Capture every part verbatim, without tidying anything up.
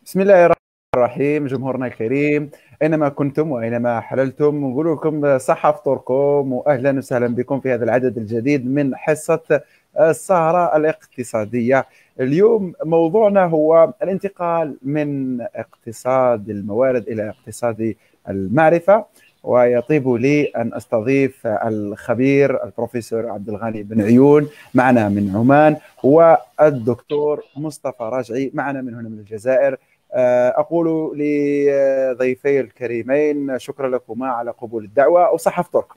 بسم الله الرحمن الرحيم. جمهورنا الكريم، أينما كنتم وأينما حللتم، نقول لكم صحة فطوركم وأهلا وسهلا بكم في هذا العدد الجديد من حصة السهرة الاقتصادية. اليوم موضوعنا هو الانتقال من اقتصاد الموارد إلى اقتصاد المعرفة، ويطيب لي أن أستضيف الخبير البروفيسور عبد الغني بن عيون معنا من عمان، والدكتور مصطفى راجعي معنا من هنا من الجزائر. أقول لضيفي الكريمين شكرا لكما على قبول الدعوة، وصحة فطوركم.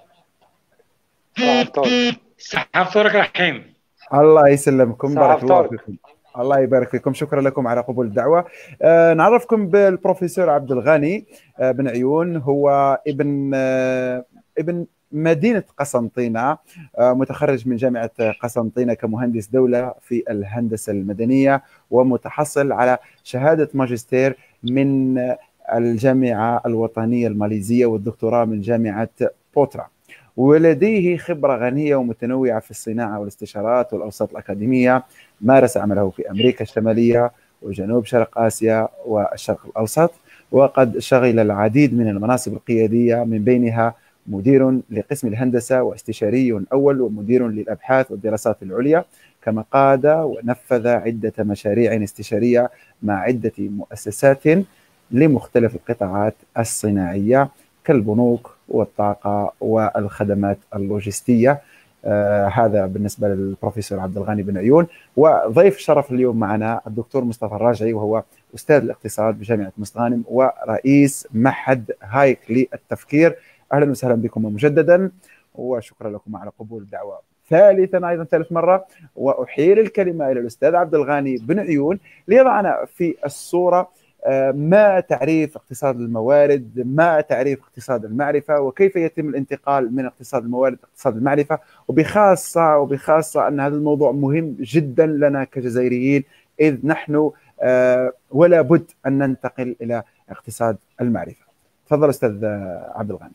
صحة فطورك رحيم. الله يسلمكم، بارك الله فطورك. فيكم. الله يبارك فيكم، شكرا لكم على قبول الدعوة. آه نعرفكم بالبروفيسور عبد الغني آه بن عيون. هو ابن آه ابن مدينة قسنطينة، آه متخرج من جامعة قسنطينة كمهندس دولة في الهندسة المدنية، ومتحصل على شهادة ماجستير من الجامعة الوطنية الماليزية، والدكتوراه من جامعة بوترا. ولديه خبرة غنية ومتنوعة في الصناعة والاستشارات والأوساط الأكاديمية. مارس عمله في أمريكا الشمالية وجنوب شرق آسيا والشرق الأوسط، وقد شغل العديد من المناصب القيادية، من بينها مدير لقسم الهندسة واستشاري أول ومدير للأبحاث والدراسات العليا، كما قاد ونفذ عدة مشاريع استشارية مع عدة مؤسسات لمختلف القطاعات الصناعية كالبنوك والطاقة والخدمات اللوجستية. آه هذا بالنسبة للبروفيسور عبد الغني بن عيون. وضيف شرف اليوم معنا الدكتور مصطفى الراجعي، وهو أستاذ الاقتصاد بجامعة مستغانم ورئيس معهد هايك للتفكير. أهلا وسهلا بكم مجددا، وشكرا لكم على قبول الدعوة ثالثا أيضا ثالث مرة. وأحيل الكلمة إلى الأستاذ عبد الغني بن عيون ليضعنا في الصورة ما تعريف اقتصاد الموارد، ما تعريف اقتصاد المعرفة، وكيف يتم الانتقال من اقتصاد الموارد إلى اقتصاد المعرفة، وبخاصة وبخاصة أن هذا الموضوع مهم جدا لنا كجزائريين، إذ نحن ولا بد أن ننتقل إلى اقتصاد المعرفة. تفضل أستاذ عبد الغني.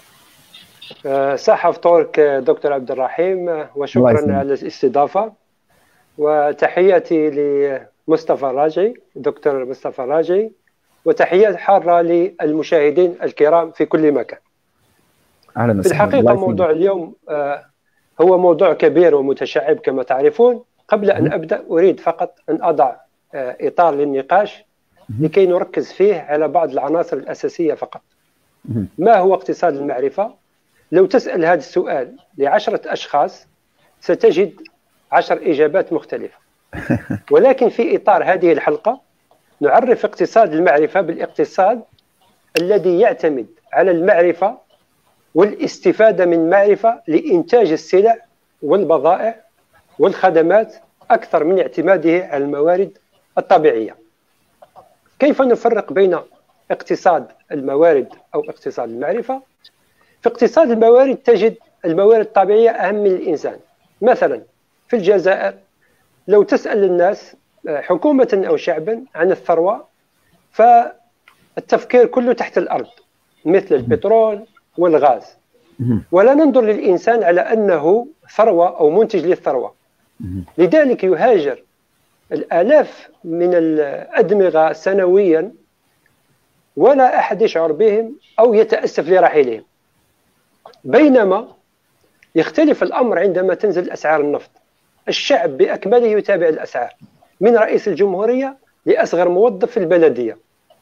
صحة فطورك دكتور عبد الرحيم، وشكرا على الاستضافة، وتحياتي لمصطفى الراجعي دكتور مصطفى الراجعي، وتحيات حارة للمشاهدين الكرام في كل مكان. أهلا في الحقيقة موضوع اليوم هو موضوع كبير ومتشعب كما تعرفون. قبل أن أبدأ أريد فقط أن أضع إطار للنقاش لكي نركز فيه على بعض العناصر الأساسية فقط. ما هو اقتصاد المعرفة؟ لو تسأل هذا السؤال لعشرة أشخاص ستجد عشر إجابات مختلفة، ولكن في إطار هذه الحلقة نعرف اقتصاد المعرفة بالاقتصاد الذي يعتمد على المعرفة والاستفادة من معرفة لإنتاج السلع والبضائع والخدمات أكثر من اعتماده على الموارد الطبيعية. كيف نفرق بين اقتصاد الموارد أو اقتصاد المعرفة؟ في اقتصاد الموارد تجد الموارد الطبيعية أهم من الإنسان. مثلا في الجزائر لو تسأل الناس حكومة أو شعبا عن الثروة، فالتفكير كله تحت الأرض مثل البترول والغاز، ولا ننظر للإنسان على أنه ثروة أو منتج للثروة. لذلك يهاجر الآلاف من الأدمغة سنويا ولا أحد يشعر بهم أو يتأسف لرحيلهم، بينما يختلف الأمر عندما تنزل أسعار النفط. الشعب بأكمله يتابع الأسعار، من رئيس الجمهورية لأصغر موظف في البلدية.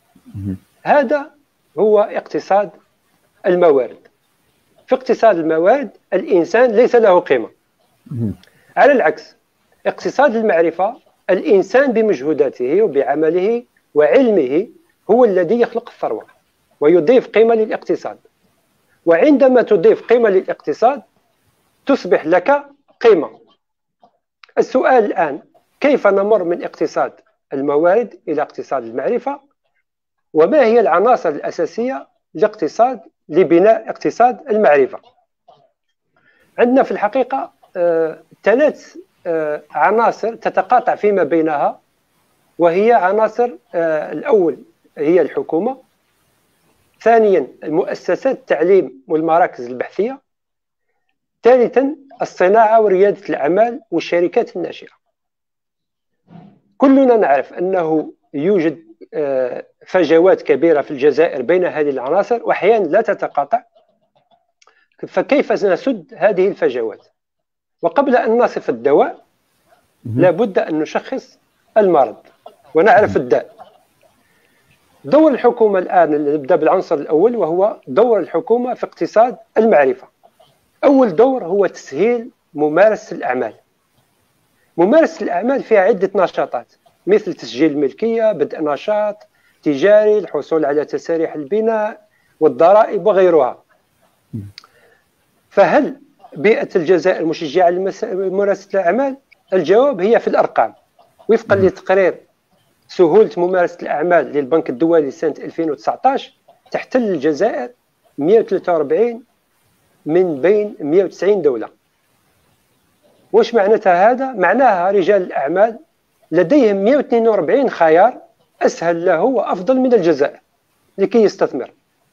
هذا هو اقتصاد الموارد. في اقتصاد الموارد الإنسان ليس له قيمة. على العكس، اقتصاد المعرفة الإنسان بمجهوداته وبعمله وعلمه هو الذي يخلق الثروة ويضيف قيمة للاقتصاد. وعندما تضيف قيمة للاقتصاد تصبح لك قيمة. السؤال الآن، كيف نمر من اقتصاد الموارد إلى اقتصاد المعرفة؟ وما هي العناصر الأساسية لاقتصاد لبناء اقتصاد المعرفة؟ عندنا في الحقيقة آه، ثلاث آه، عناصر تتقاطع فيما بينها، وهي عناصر آه، الأول هي الحكومة، ثانيا المؤسسات التعليم والمراكز البحثية، ثالثا الصناعة وريادة الأعمال والشركات الناشئة. كلنا نعرف أنه يوجد فجوات كبيرة في الجزائر بين هذه العناصر وأحيانا لا تتقاطع. فكيف نسد هذه الفجوات؟ وقبل أن نصف الدواء لابد أن نشخص المرض ونعرف الداء. دور الحكومة الآن، نبدأ بالعنصر الأول وهو دور الحكومة في اقتصاد المعرفة. أول دور هو تسهيل ممارسة الأعمال. ممارسة الأعمال فيها عدة نشاطات مثل تسجيل الملكية، بدء نشاط تجاري، الحصول على تساريح البناء والضرائب وغيرها. فهل بيئة الجزائر مشجعة لممارسة الأعمال؟ الجواب هي في الأرقام. وفقا لتقرير سهولة ممارسة الأعمال للبنك الدولي سنة ألفين وتسعة عشر، تحتل الجزائر مئة وثلاثة وأربعين من بين مئة وتسعين دولة. واش معناتها هذا؟ معناها رجال الأعمال لديهم مئة واثنين وأربعين خيار أسهل له وأفضل من الجزائر لكي يستثمر.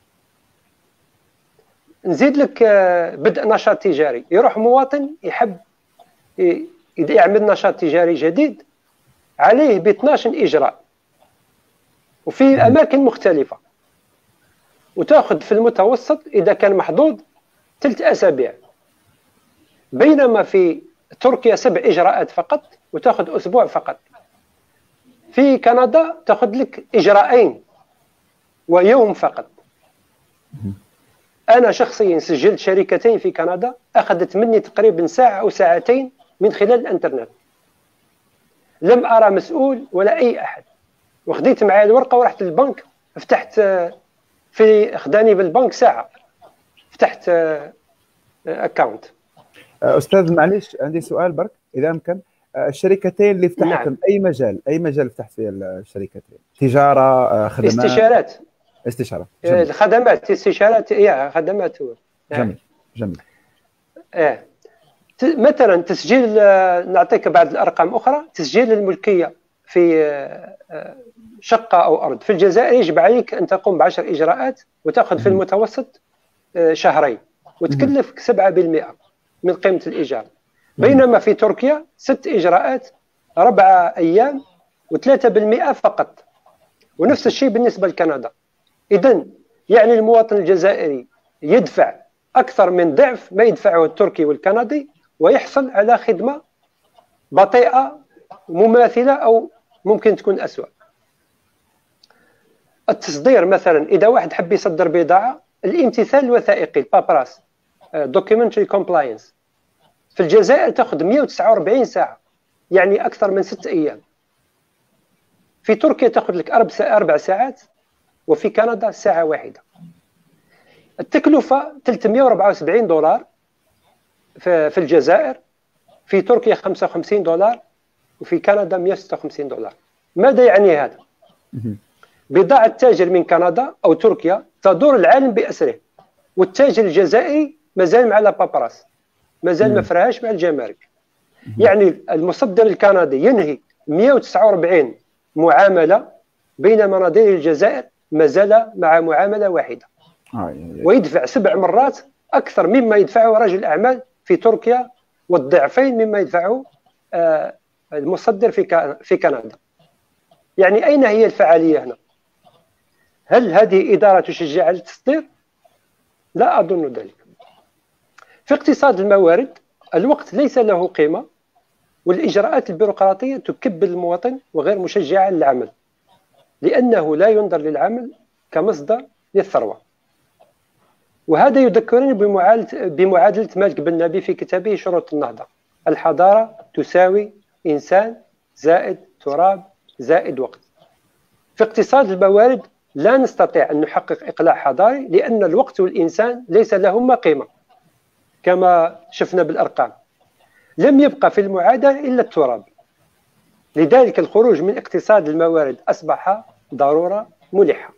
نزيد لك بدء نشاط تجاري. يروح مواطن يحب يعمل نشاط تجاري جديد، عليه ب اثناش إجراء وفي أماكن مختلفة، وتأخذ في المتوسط إذا كان محظوظ ثلاث أسابيع، بينما في تركيا سبع إجراءات فقط وتأخذ أسبوع فقط. في كندا تأخذ لك إجراءين ويوم فقط. أنا شخصيا سجلت شركتين في كندا، أخذت مني تقريبا ساعة أو ساعتين من خلال الإنترنت. لم أرى مسؤول ولا أي أحد، وخديت معي الورقة ورحت للبنك، فتحت في خداني بالبنك ساعة، فتحت أكاونت. أستاذ معليش عندي سؤال برك إذا أمكن. الشركتين اللي فتحتهم نعم. أي مجال أي مجال فتحت فيه الشركتين؟ تجارة، خدمات؟ استشارات. استشارة. جميل. الخدمات، استشارات، يا خدمات. جميل جميل. اه مثلا تسجيل، نعطيك بعض الارقام اخرى. تسجيل الملكيه في شقه او ارض في الجزائر يجب عليك ان تقوم بعشر اجراءات وتاخذ في المتوسط شهرين وتكلفك سبعة بالمئة من قيمه الايجار، بينما في تركيا ست اجراءات ربع ايام وثلاثة بالمئة فقط، ونفس الشيء بالنسبه لكندا. اذا يعني المواطن الجزائري يدفع اكثر من ضعف ما يدفعه التركي والكندي ويحصل على خدمة بطيئة مماثلة أو ممكن تكون أسوأ. التصدير مثلا، إذا واحد حب يصدر بضاعة، الامتثال الوثائقي البابراس documentary compliance في الجزائر تأخذ مئة وتسعة وأربعين ساعة، يعني أكثر من ست أيام. في تركيا تأخذ لك أربع ساعات، وفي كندا ساعة واحدة. التكلفة ثلاثمئة وأربعة وسبعين دولار في الجزائر، في تركيا خمسة وخمسين دولار، وفي كندا مئة وستة وخمسين دولار. ماذا يعني هذا؟ بضاعة تاجر من كندا أو تركيا تدور العالم بأسره، والتاجر الجزائري مازال مع لابابراس، مازال ما فرهاش مع الجمارك. يعني المصدر الكندي ينهي مئة وتسعة وأربعين معاملة، بينما نظير الجزائر مازال مع معاملة واحدة، ويدفع سبع مرات أكثر مما يدفعه رجل أعمال في تركيا، والضعفين مما يدفعه المصدر في في كندا. يعني أين هي الفعالية هنا؟ هل هذه إدارة تشجع على التصدير؟ لا أظن ذلك. في اقتصاد الموارد الوقت ليس له قيمة، والإجراءات البيروقراطية تكبل المواطن وغير مشجعة للعمل، لأنه لا ينظر للعمل كمصدر للثروة. وهذا يذكرني بمعادلة مالك بن نبي في كتابه شروط النهضة: الحضارة تساوي إنسان زائد تراب زائد وقت. في اقتصاد الموارد لا نستطيع أن نحقق إقلاع حضاري، لأن الوقت والإنسان ليس لهما قيمة كما شفنا بالأرقام. لم يبقى في المعادلة إلا التراب. لذلك الخروج من اقتصاد الموارد أصبح ضرورة ملحة.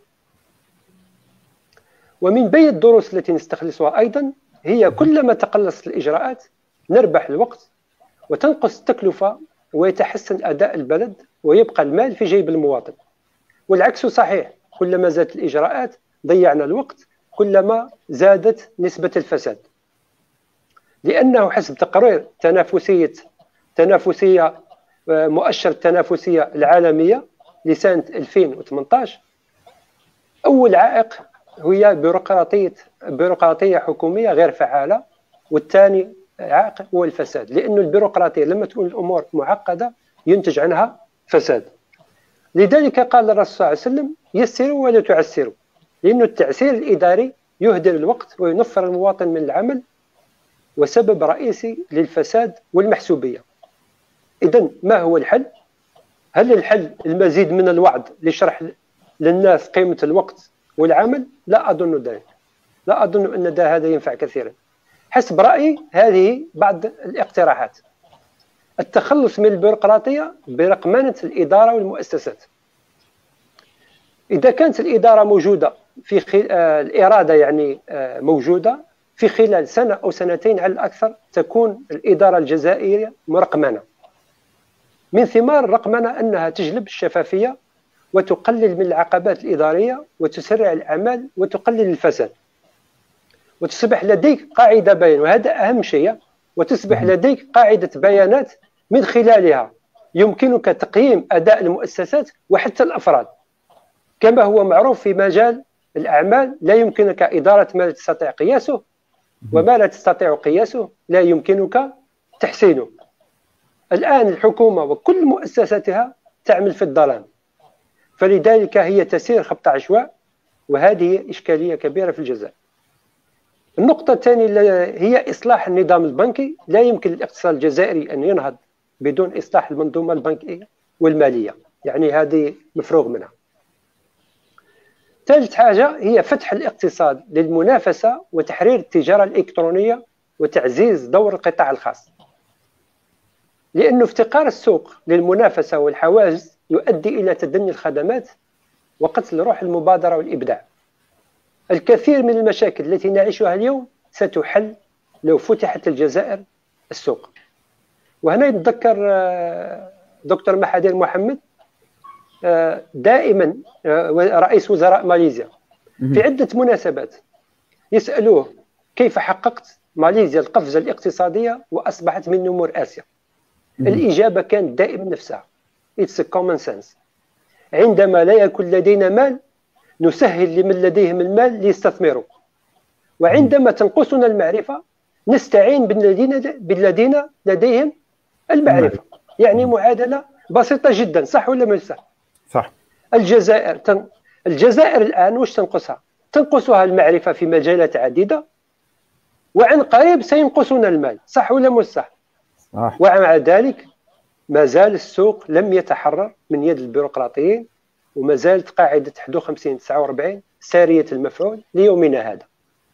ومن بين الدروس التي نستخلصها أيضا هي كلما تقلصت الإجراءات نربح الوقت وتنقص التكلفة ويتحسن أداء البلد ويبقى المال في جيب المواطن. والعكس صحيح، كلما زادت الإجراءات ضيعنا الوقت، كلما زادت نسبة الفساد. لأنه حسب تقرير تنافسية تنافسية مؤشر التنافسية العالمية، لسنه ألفين وثمانطاش، اول عائق هي بيروقراطيه بيروقراطيه حكوميه غير فعاله، والثاني عائق هو الفساد، لأن البيروقراطيه لما تكون الامور معقده ينتج عنها فساد. لذلك قال الرسول صلى الله عليه وسلم: يسروا ولا تعسروا، لأن التعسير الاداري يهدر الوقت وينفر المواطن من العمل، وسبب رئيسي للفساد والمحسوبيه. اذا ما هو الحل؟ هل الحل المزيد من الوعظ لشرح للناس قيمه الوقت والعمل؟ لا اظن ذلك، لا اظن ان هذا ينفع كثيرا. حسب رايي هذه بعض الاقتراحات: التخلص من البيروقراطيه برقمنه الاداره والمؤسسات. اذا كانت الاداره موجوده في خل... آه الاراده يعني آه موجوده، في خلال سنه او سنتين على الاكثر تكون الاداره الجزائريه مرقمنه. من ثمار الرقمنه انها تجلب الشفافيه وتقلل من العقبات الاداريه وتسرع الاعمال وتقلل الفساد، وتصبح لديك قاعده بيان، وهذا اهم شيء، وتصبح لديك قاعده بيانات من خلالها يمكنك تقييم اداء المؤسسات وحتى الافراد. كما هو معروف في مجال الاعمال، لا يمكنك اداره ما لا تستطيع قياسه، وما لا تستطيع قياسه لا يمكنك تحسينه. الآن الحكومة وكل مؤسساتها تعمل في الظلام، فلذلك هي تسير خط عشواء، وهذه إشكالية كبيرة في الجزائر. النقطة الثانية هي إصلاح النظام البنكي. لا يمكن للاقتصاد الجزائري أن ينهض بدون إصلاح المنظومة البنكية والمالية، يعني هذه مفروغ منها. ثالث حاجة هي فتح الاقتصاد للمنافسة وتحرير التجارة الإلكترونية وتعزيز دور القطاع الخاص، لأن افتقار السوق للمنافسة والحواجز يؤدي إلى تدني الخدمات وقتل روح المبادرة والإبداع. الكثير من المشاكل التي نعيشها اليوم ستحل لو فتحت الجزائر السوق. وهنا يتذكر دكتور محادير محمد دائما رئيس وزراء ماليزيا في عدة مناسبات يسألوه: كيف حققت ماليزيا القفزة الاقتصادية وأصبحت من نمور آسيا؟ الإجابة كانت دائما نفسها: It's a common sense. عندما لا يكون لدينا مال نسهل لمن لديهم المال ليستثمروا، وعندما تنقصنا المعرفة نستعين بالذين بالذين لديهم المعرفة. يعني معادلة بسيطة جدا، صح ولا ما صح؟ صح. الجزائر تن... الجزائر الآن وش تنقصها؟ تنقصها المعرفة في مجالات عديدة، وعن قريب سينقصنا المال، صح ولا مش صح؟ صح. ومع ذلك ما زال السوق لم يتحرر من يد البيروقراطيين، وما زالت قاعدة واحد وخمسين تسعة وأربعين سارية المفعول ليومنا هذا.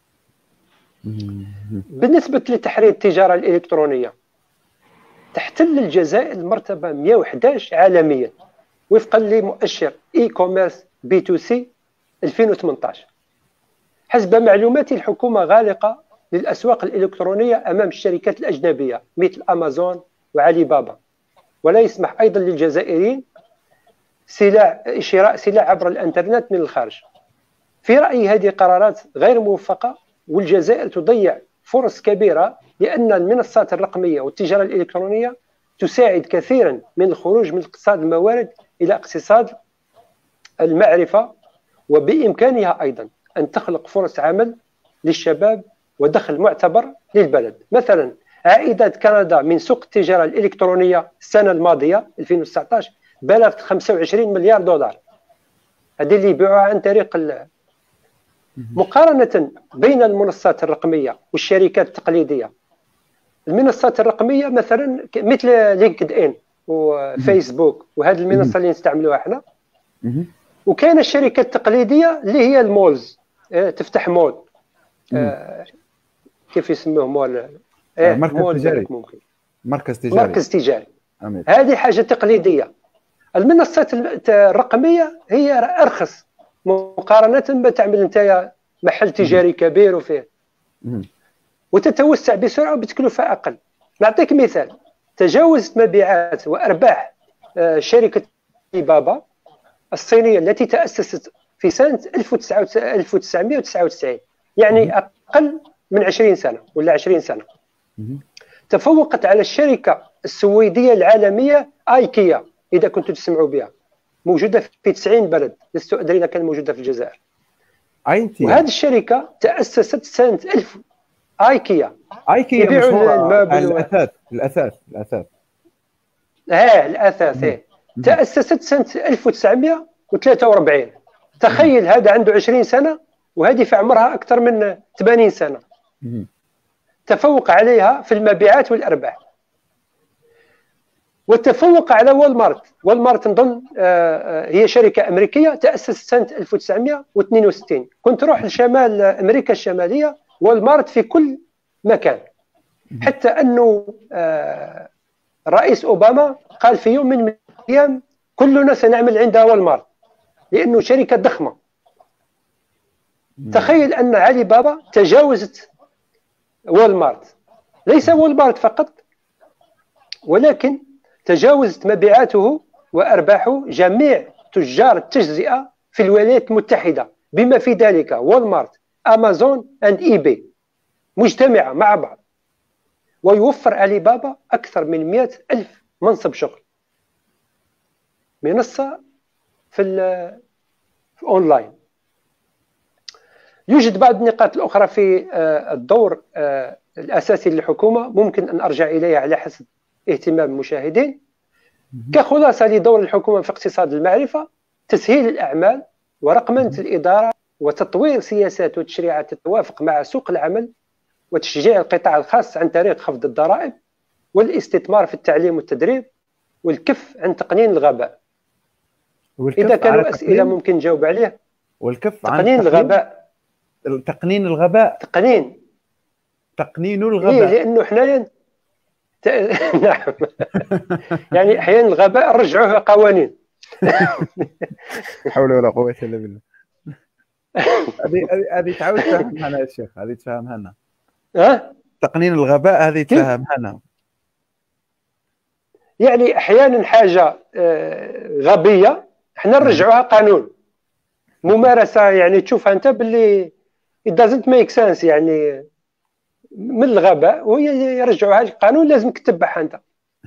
بالنسبة لتحرير التجارة الإلكترونية، تحتل الجزائر المرتبة مئة وأحد عشر عالميا وفقا لمؤشر اي كوميرس بي تو سي ألفين وثمانطاش. حسب معلوماتي الحكومة غالقة للأسواق الإلكترونية أمام الشركات الأجنبية مثل أمازون وعلي بابا، ولا يسمح أيضا للجزائريين سلع شراء سلع عبر الإنترنت من الخارج. في رأيي هذه قرارات غير موفقة، والجزائر تضيع فرص كبيرة، لأن المنصات الرقمية والتجارة الإلكترونية تساعد كثيرا من الخروج من اقتصاد الموارد إلى اقتصاد المعرفة، وبإمكانها أيضا أن تخلق فرص عمل للشباب ودخل معتبر للبلد. مثلا عائدات كندا من سوق التجارة الإلكترونية السنة الماضية ألفين وتسعة عشر بلغت خمسة وعشرين مليار دولار، هذه اللي يبيعوها عن طريق ال... مقارنة بين المنصات الرقمية والشركات التقليدية. المنصات الرقمية مثلا مثل لينكد إن وفيسبوك وهذه المنصة اللي نستعملوها احنا، وكان الشركات التقليدية اللي هي المولز، تفتح مول، آه كيف يسموه مول؟ آه مركز مول تجاري. ممكن مركز تجاري. مركز تجاري. أمين. هذه حاجة تقليدية. المنصات الرقمية هي أرخص مقارنة بتعمل أنت محل تجاري كبير وفيه، وتتوسع بسرعة وبتكلفة أقل. نعطيك مثال: تجاوزت مبيعات وأرباح شركة علي بابا الصينية التي تأسست في سنة ألف وتسعمئة وتسعة وتسعين، يعني أقل من عشرين سنة ولا عشرين سنة. تفوقت على الشركة السويدية العالمية آيكيا، إذا كنتم تسمعوا بها. موجوده في تسعين بلد، لست ادري اذا كان موجوده في الجزائر. ايتيا. وهذه الشركه تاسست سنه ألف. ايكيا ايكيا يبيعوا مشهوره المبل الاثاث الاثاث الاثاث اه الاثاث. إيه. تاسست سنه ألف وتسعمائة وثلاثة وأربعين. تخيل هذا عنده عشرين سنه وهذه في عمرها اكثر من ثمانين سنه. تفوق عليها في المبيعات والارباح، وتفوق على والمارت. والمارت نظن هي شركه امريكيه تاسست سنه ألف وتسعمائة واثنين وستين. كنت تروح لشمال امريكا الشماليه والمارت في كل مكان، حتى انه الرئيس اوباما قال في يوم من الايام كلنا سنعمل عند والمارت لانه شركه ضخمه. تخيل ان علي بابا تجاوزت والمارت، ليس والمارت فقط ولكن تجاوزت مبيعاته وارباحه جميع تجار التجزئه في الولايات المتحده، بما في ذلك والمارت، امازون اند اي بي مجتمعه مع بعض. ويوفر علي بابا اكثر من مئة ألف منصب شغل. منصه في, في اونلاين. يوجد بعض النقاط الاخرى في الدور الاساسي للحكومه ممكن ان ارجع اليها على حسب اهتمام المشاهدين. كخلاصه لدور الحكومه في اقتصاد المعرفه: تسهيل الاعمال ورقمنه الاداره وتطوير سياسات وتشريعات تتوافق مع سوق العمل، وتشجيع القطاع الخاص عن طريق خفض الضرائب، والاستثمار في التعليم والتدريب، والكف عن تقنين الغباء. اذا كانوا اسئله ممكن نجاوب عليه. والكف عن تقنين الغباء. تقنين الغباء. تقنين تقنين الغباء. إيه، لانه حنايا ت... نعم. يعني احيانا الغباء رجعوه قوانين. حول ولا قوه الا بالله. هذه هذه تعاود تفهمها لنا يا شيخ، هذه تفهمها لنا. ها؟ تقنين الغباء هذه تفهمها لنا. يعني احيانا حاجه غبيه احنا نرجعوها قانون. ممارسه يعني تشوفها انت باللي it doesn't make sense، يعني من الغباء وهي يرجعوها القانون لازم تتبعها انت.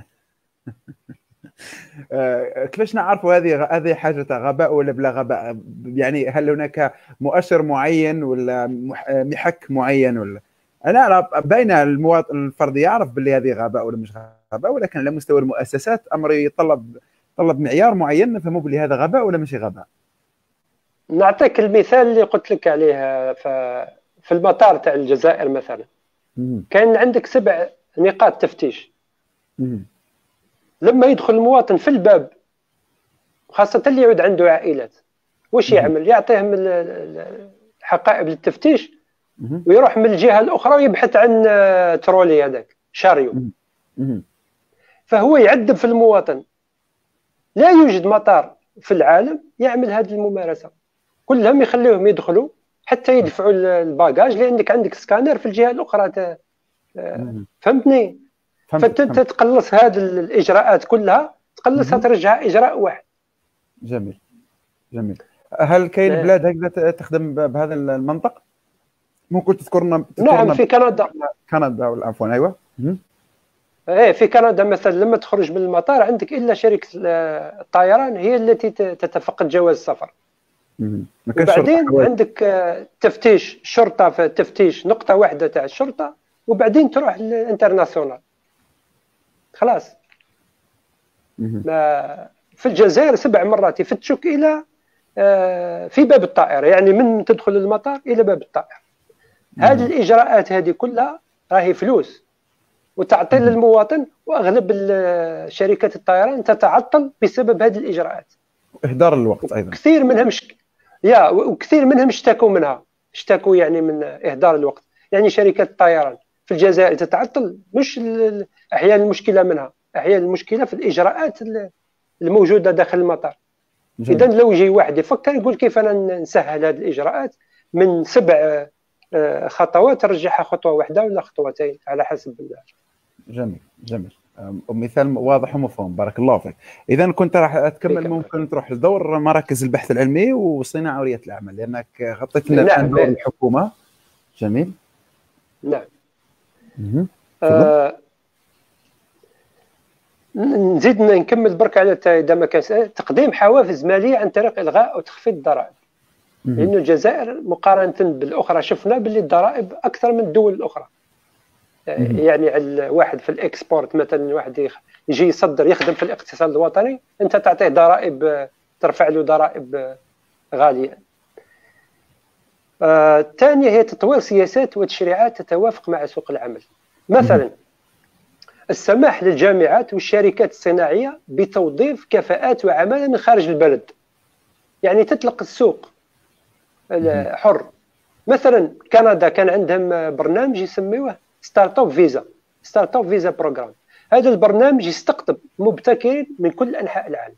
كيفاش نعرفوا هذه هذه حاجه غباء ولا بلا غباء؟ يعني هل هناك مؤشر معين ولا محك معين؟ ولا انا باين المواطن الفردي يعرف باللي هذه غباء ولا مش غباء، ولكن على مستوى المؤسسات امر يطلب طلب معيار معين نفهموا باللي هذا غباء ولا ماشي غباء. نعطيك المثال اللي قلت لك عليه في المطار تاع الجزائر مثلا. مم. كان عندك سبع نقاط تفتيش. مم. لما يدخل المواطن في الباب، خاصة اللي يعود عنده عائلات، واش يعمل؟ يعطيهم الحقائب للتفتيش ويروح من الجهة الأخرى ويبحث عن ترولي هذاك شاريو. فهو يعذب في المواطن. لا يوجد مطار في العالم يعمل هذه الممارسة. كلهم يخليهم يدخلوا حتى يدفعوا الباجاج لأنك عندك سكانر في الجهة الأخرى. فهمتني؟ فتتقلص هذه الإجراءات كلها، تقلصها ترجعها إجراء واحد. جميل جميل. هل كاين بلاد هكذا تخدم بهذا المنطق؟ ممكن تذكرنا؟ نعم، في كندا. كندا عفوا. ايوه. ايه في كندا مثلا لما تخرج من المطار عندك الا شركه الطيران هي التي تتفقد جواز السفر. وبعدين عندك تفتيش الشرطه، في التفتيش نقطه واحده تاع الشرطه، وبعدين تروح للانترناسيونال. خلاص. في الجزائر سبع مرات يفتشوك الى في باب الطائره، يعني من تدخل المطار الى باب الطائره. هذه الاجراءات هذه كلها راهي فلوس وتعطيل للمواطن، واغلب شركات الطيران تتعطل بسبب هذه الاجراءات. اهدار الوقت ايضا. كثير منهم مش... يا وكثير منهم اشتكوا منها، اشتكوا يعني من اهدار الوقت. يعني شركات الطيران في الجزائر تتعطل، مش احيانا المشكله منها، احيانا المشكله في الاجراءات الموجوده داخل المطار. اذا لو يجي واحد يفكر يقول كيف انا نسهل هذه الاجراءات من سبع خطوات نرجعها خطوه واحده ولا خطوتين على حسب الله. جميل جميل. مثال واضح ومفهوم، بارك الله فيك. اذا كنت راح تكمل ممكن تروح لدور مراكز البحث العلمي وصناعه وريه الاعمال، لانك غطيت لنا نعم. دور الحكومه. جميل. نعم. آه نزيد نكمل برك على اذا ما كان تقديم حوافز ماليه عن طريق الغاء او تخفيض الضرائب، لأن الجزائر مقارنه بالاخرى شفنا باللي الضرائب اكثر من الدول الاخرى. يعني الواحد في الاكسبورت مثلا، واحد يجي يصدر يخدم في الاقتصاد الوطني، انت تعطيه ضرائب، ترفع له ضرائب غاليه. الثانيه آه، هي تطوير سياسات وتشريعات تتوافق مع سوق العمل. مثلا السماح للجامعات والشركات الصناعيه بتوظيف كفاءات وعماله من خارج البلد، يعني تطلق السوق الحر. مثلا كندا كان عندهم برنامج يسميوه ستارت اب فيزا، ستارت اب فيزا بروجرام. هذا البرنامج يستقطب مبتكرين من كل انحاء العالم.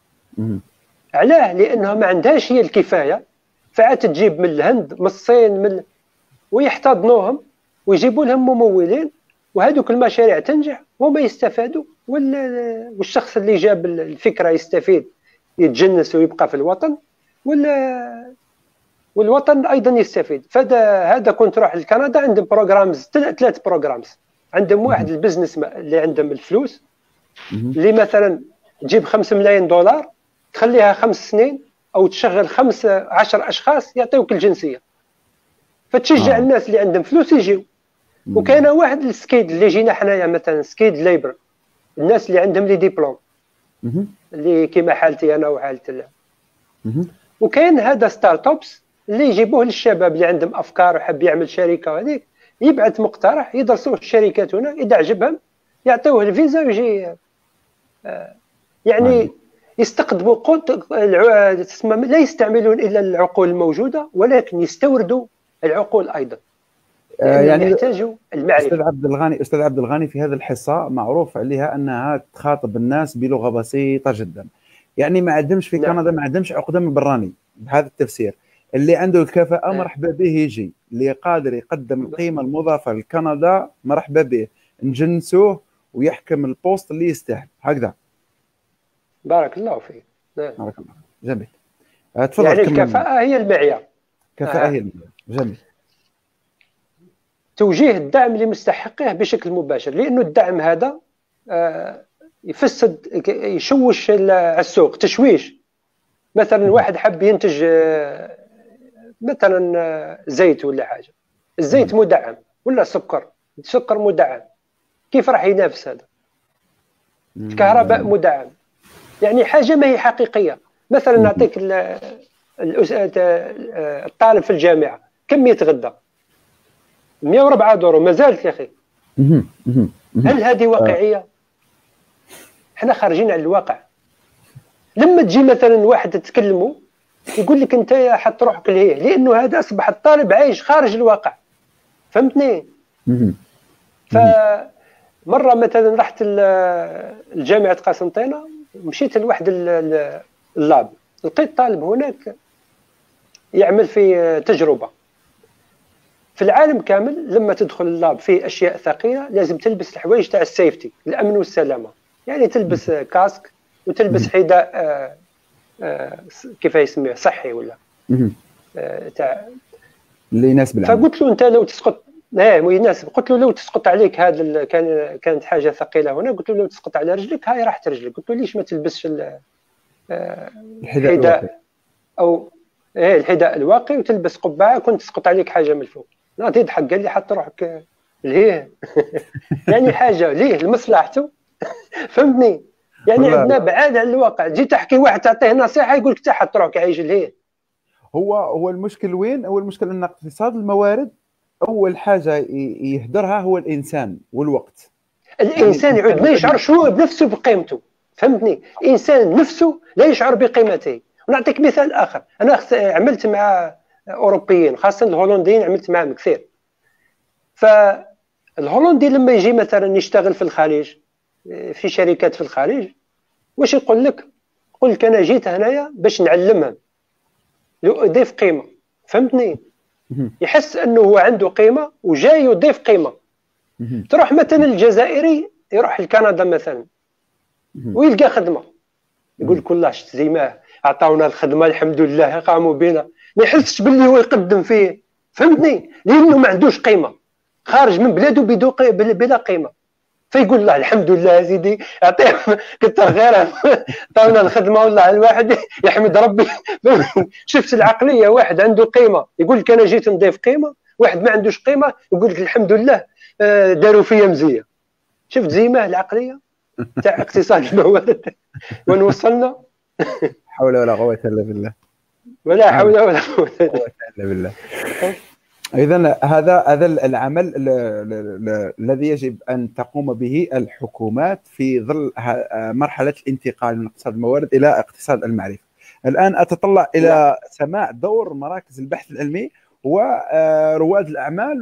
علاه؟ لانه ما عندهاش هي الكفايه، فعاد تجيب من الهند، من الصين، من ويحتضنوهم ويجيبوا لهم ممولين، وهذوك المشاريع تنجح وما يستفادوا، والشخص اللي جاب الفكره يستفيد، يتجنس ويبقى في الوطن، ولا والوطن ايضا يستفيد. فهذا هذا كنت تروح لكندا عندهم بروجرامز، ثلاث بروجرامز. عندهم واحد البزنس اللي عندهم الفلوس، اللي مثلا تجيب خمسة ملايين دولار تخليها خمس سنين او تشغل خمس عشر اشخاص يعطيوك الجنسيه، فتشجع آه. الناس اللي عندهم فلوس يجيو. وكاين واحد السكيد اللي جينا حنايا مثلا سكيد ليبر، الناس اللي عندهم لي ديبلوم اللي كيما حالتي انا وحالتي. وكاين هذا ستارت ابس اللي يجيبوه للشباب اللي عندهم افكار وحب يعمل شركه، وهذيك يبعث مقترح يدرسوه الشركات هنا، اذا عجبهم يعطيوه الفيزا ويجي. آه يعني يستقطبوا قوت لا يستعملون الا العقول الموجوده، ولكن يستوردوا العقول ايضا، يعني يحتاجوا المعرفه. استاذ عبد الغاني استاذ عبد الغاني في هذه الحصه معروف عليها انها تخاطب الناس بلغه بسيطه جدا، يعني ما عندهمش في نعم. كندا ما عندهمش عقده من براني بهذا التفسير. اللي عنده الكفاءه نعم. مرحبا به يجي، اللي قادر يقدم القيمه المضافه لكندا مرحبا به، نجنسوه ويحكم البوست اللي يستاهل. هكذا. بارك الله فيك. نعم. بارك الله. جميل. تفضل. يعني الكفاءه هي المعيار. كفاءه آه. هي المعيار. جميل. توجيه الدعم لمستحقيه بشكل مباشر، لانه الدعم هذا يفسد، يشوش السوق، تشويش. مثلا واحد حب ينتج مثلا زيت ولا حاجه، الزيت مدعم، ولا سكر، السكر مدعم، كيف راح ينافس هذا؟ الكهرباء مدعم، يعني حاجه ما هي حقيقيه. مثلا نعطيك الطالب في الجامعه كم يتغدى؟ مئة وأربعة دورو، ما زالت يا اخي. هل هذه واقعيه؟ احنا خارجين على الواقع. لما تجي مثلا واحد تتكلموا يقول لك انت حط روحك لهيه، لانه هذا اصبح الطالب عايش خارج الواقع، فهمتني؟ فمره مثلا رحت لجامعه قسنطينه، مشيت لواحد اللاب، لقيت طالب هناك يعمل في تجربه. في العالم كامل لما تدخل اللاب في اشياء ثقيله لازم تلبس الحوايج تاع السيفتي، الامن والسلامه، يعني تلبس كاسك وتلبس حذاء آه آه كيف يسميه صحي ولا آه تاع اللي يناسب العمل. فقلت له انت لو تسقط ايه يناسب، قلت له لو تسقط عليك هذا كان كانت حاجه ثقيله هنا، قلت له لو تسقط على رجلك هاي راحت رجلك، قلت له ليش ما تلبسش الحذاء او ايه الحذاء الواقي وتلبس قبعه كنت تسقط عليك حاجه من الفوق. ناضي يضحك قال لي حط روحك ليه يعني حاجه ليه لمصلحته فهمتني؟ يعني عندنا بعاد عن الواقع. جيت تحكي واحد تعطيه نصيحه يقول لك حط روحك عايش ليه. هو هو المشكل وين؟ هو المشكل ان اقتصاد الموارد اول حاجه يهدرها هو الانسان والوقت. الانسان يعني يعود ما يشعرش هو بنفسه بقيمته، فهمتني؟ الانسان نفسه لا يشعر بقيمته. ونعطيك مثال اخر، انا عملت مع اوروبيين خاصه الهولنديين، عملت معهم كثير. فالهولندي لما يجي مثلا يشتغل في الخليج في شركات في الخليج، واش يقول لك؟ يقول لك انا جيت هنايا باش نعلمهم يضيف قيمه، فهمتني؟ يحس انه هو عنده قيمه وجاي يضيف قيمه. تروح مثلا الجزائري يروح لكندا مثلا ويلقى خدمه، يقول لك والله شفت زي ما عطاونا الخدمه الحمد لله قاموا بنا، ما يحسش باللي هو يقدم فيه، فهمتني؟ لانه ما عندوش قيمه، خارج من بلاده بلا قيمه. فيقول له الحمد لله يا سيدي اعطيه كثر غيره طولنا الخدمه والله الواحد يحمد ربي. شفت العقليه، واحد عنده قيمه يقول لك انا جيت نضيف قيمه، واحد ما عندوش قيمه يقول لك الحمد لله داروا فيا مزيه. شفت زي ما العقليه تاع اقتصاد الموارد وين وصلنا. حول ولا قوه الا بالله. ولا حول ولا قوه الا بالله. إذا هذا هذا العمل الذي يجب أن تقوم به الحكومات في ظل مرحلة الانتقال من اقتصاد الموارد إلى اقتصاد المعرفة. الآن أتطلع إلى سماع دور مراكز البحث العلمي ورواد الأعمال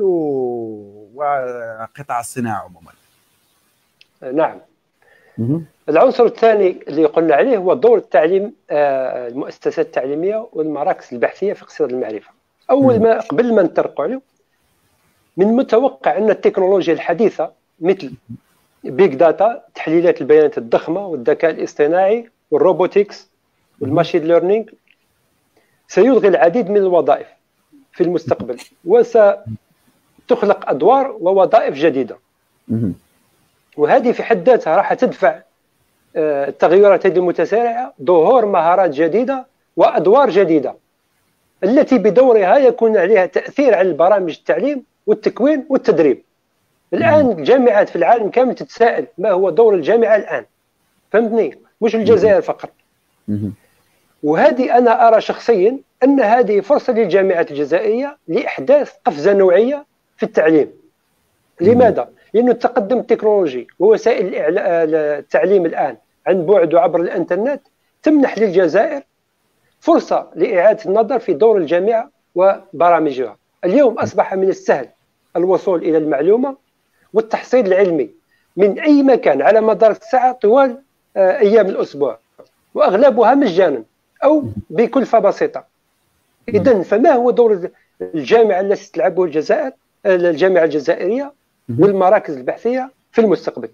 وقطاع الصناعة عموما. نعم. العنصر الثاني اللي قلنا عليه هو دور التعليم، المؤسسات التعليمية والمراكز البحثية في اقتصاد المعرفة. أول ما قبل ما نطرقوا عليه، من المتوقع أن التكنولوجيا الحديثة مثل بيج داتا، تحليلات البيانات الضخمة والذكاء الاصطناعي والروبوتكس والماشين ليرنينغ سيلغي العديد من الوظائف في المستقبل، وستخلق أدوار ووظائف جديدة. وهذه في حد ذاتها راح تدفع التغيرات هذه المتسارعة ظهور مهارات جديدة وأدوار جديدة التي بدورها يكون عليها تأثير على البرامج التعليم والتكوين والتدريب. الآن الجامعات في العالم كامل تتساءل ما هو دور الجامعة الآن، فهمتني؟ مش الجزائر فقط. وهذه أنا أرى شخصيا أن هذه فرصة للجامعات الجزائرية لإحداث قفزة نوعية في التعليم. لماذا؟ لأن التقدم التكنولوجي ووسائل التعليم الآن عن بعد وعبر الإنترنت تمنح للجزائر فرصة لإعادة النظر في دور الجامعة وبرامجها. اليوم أصبح من السهل الوصول إلى المعلومة والتحصيل العلمي من أي مكان على مدار الساعة طوال أيام الأسبوع، وأغلبها مجانا أو بكلفة بسيطة. إذن فما هو دور الجامعة التي تلعبه الجزائر، الجامعة الجزائرية والمراكز البحثية في المستقبل؟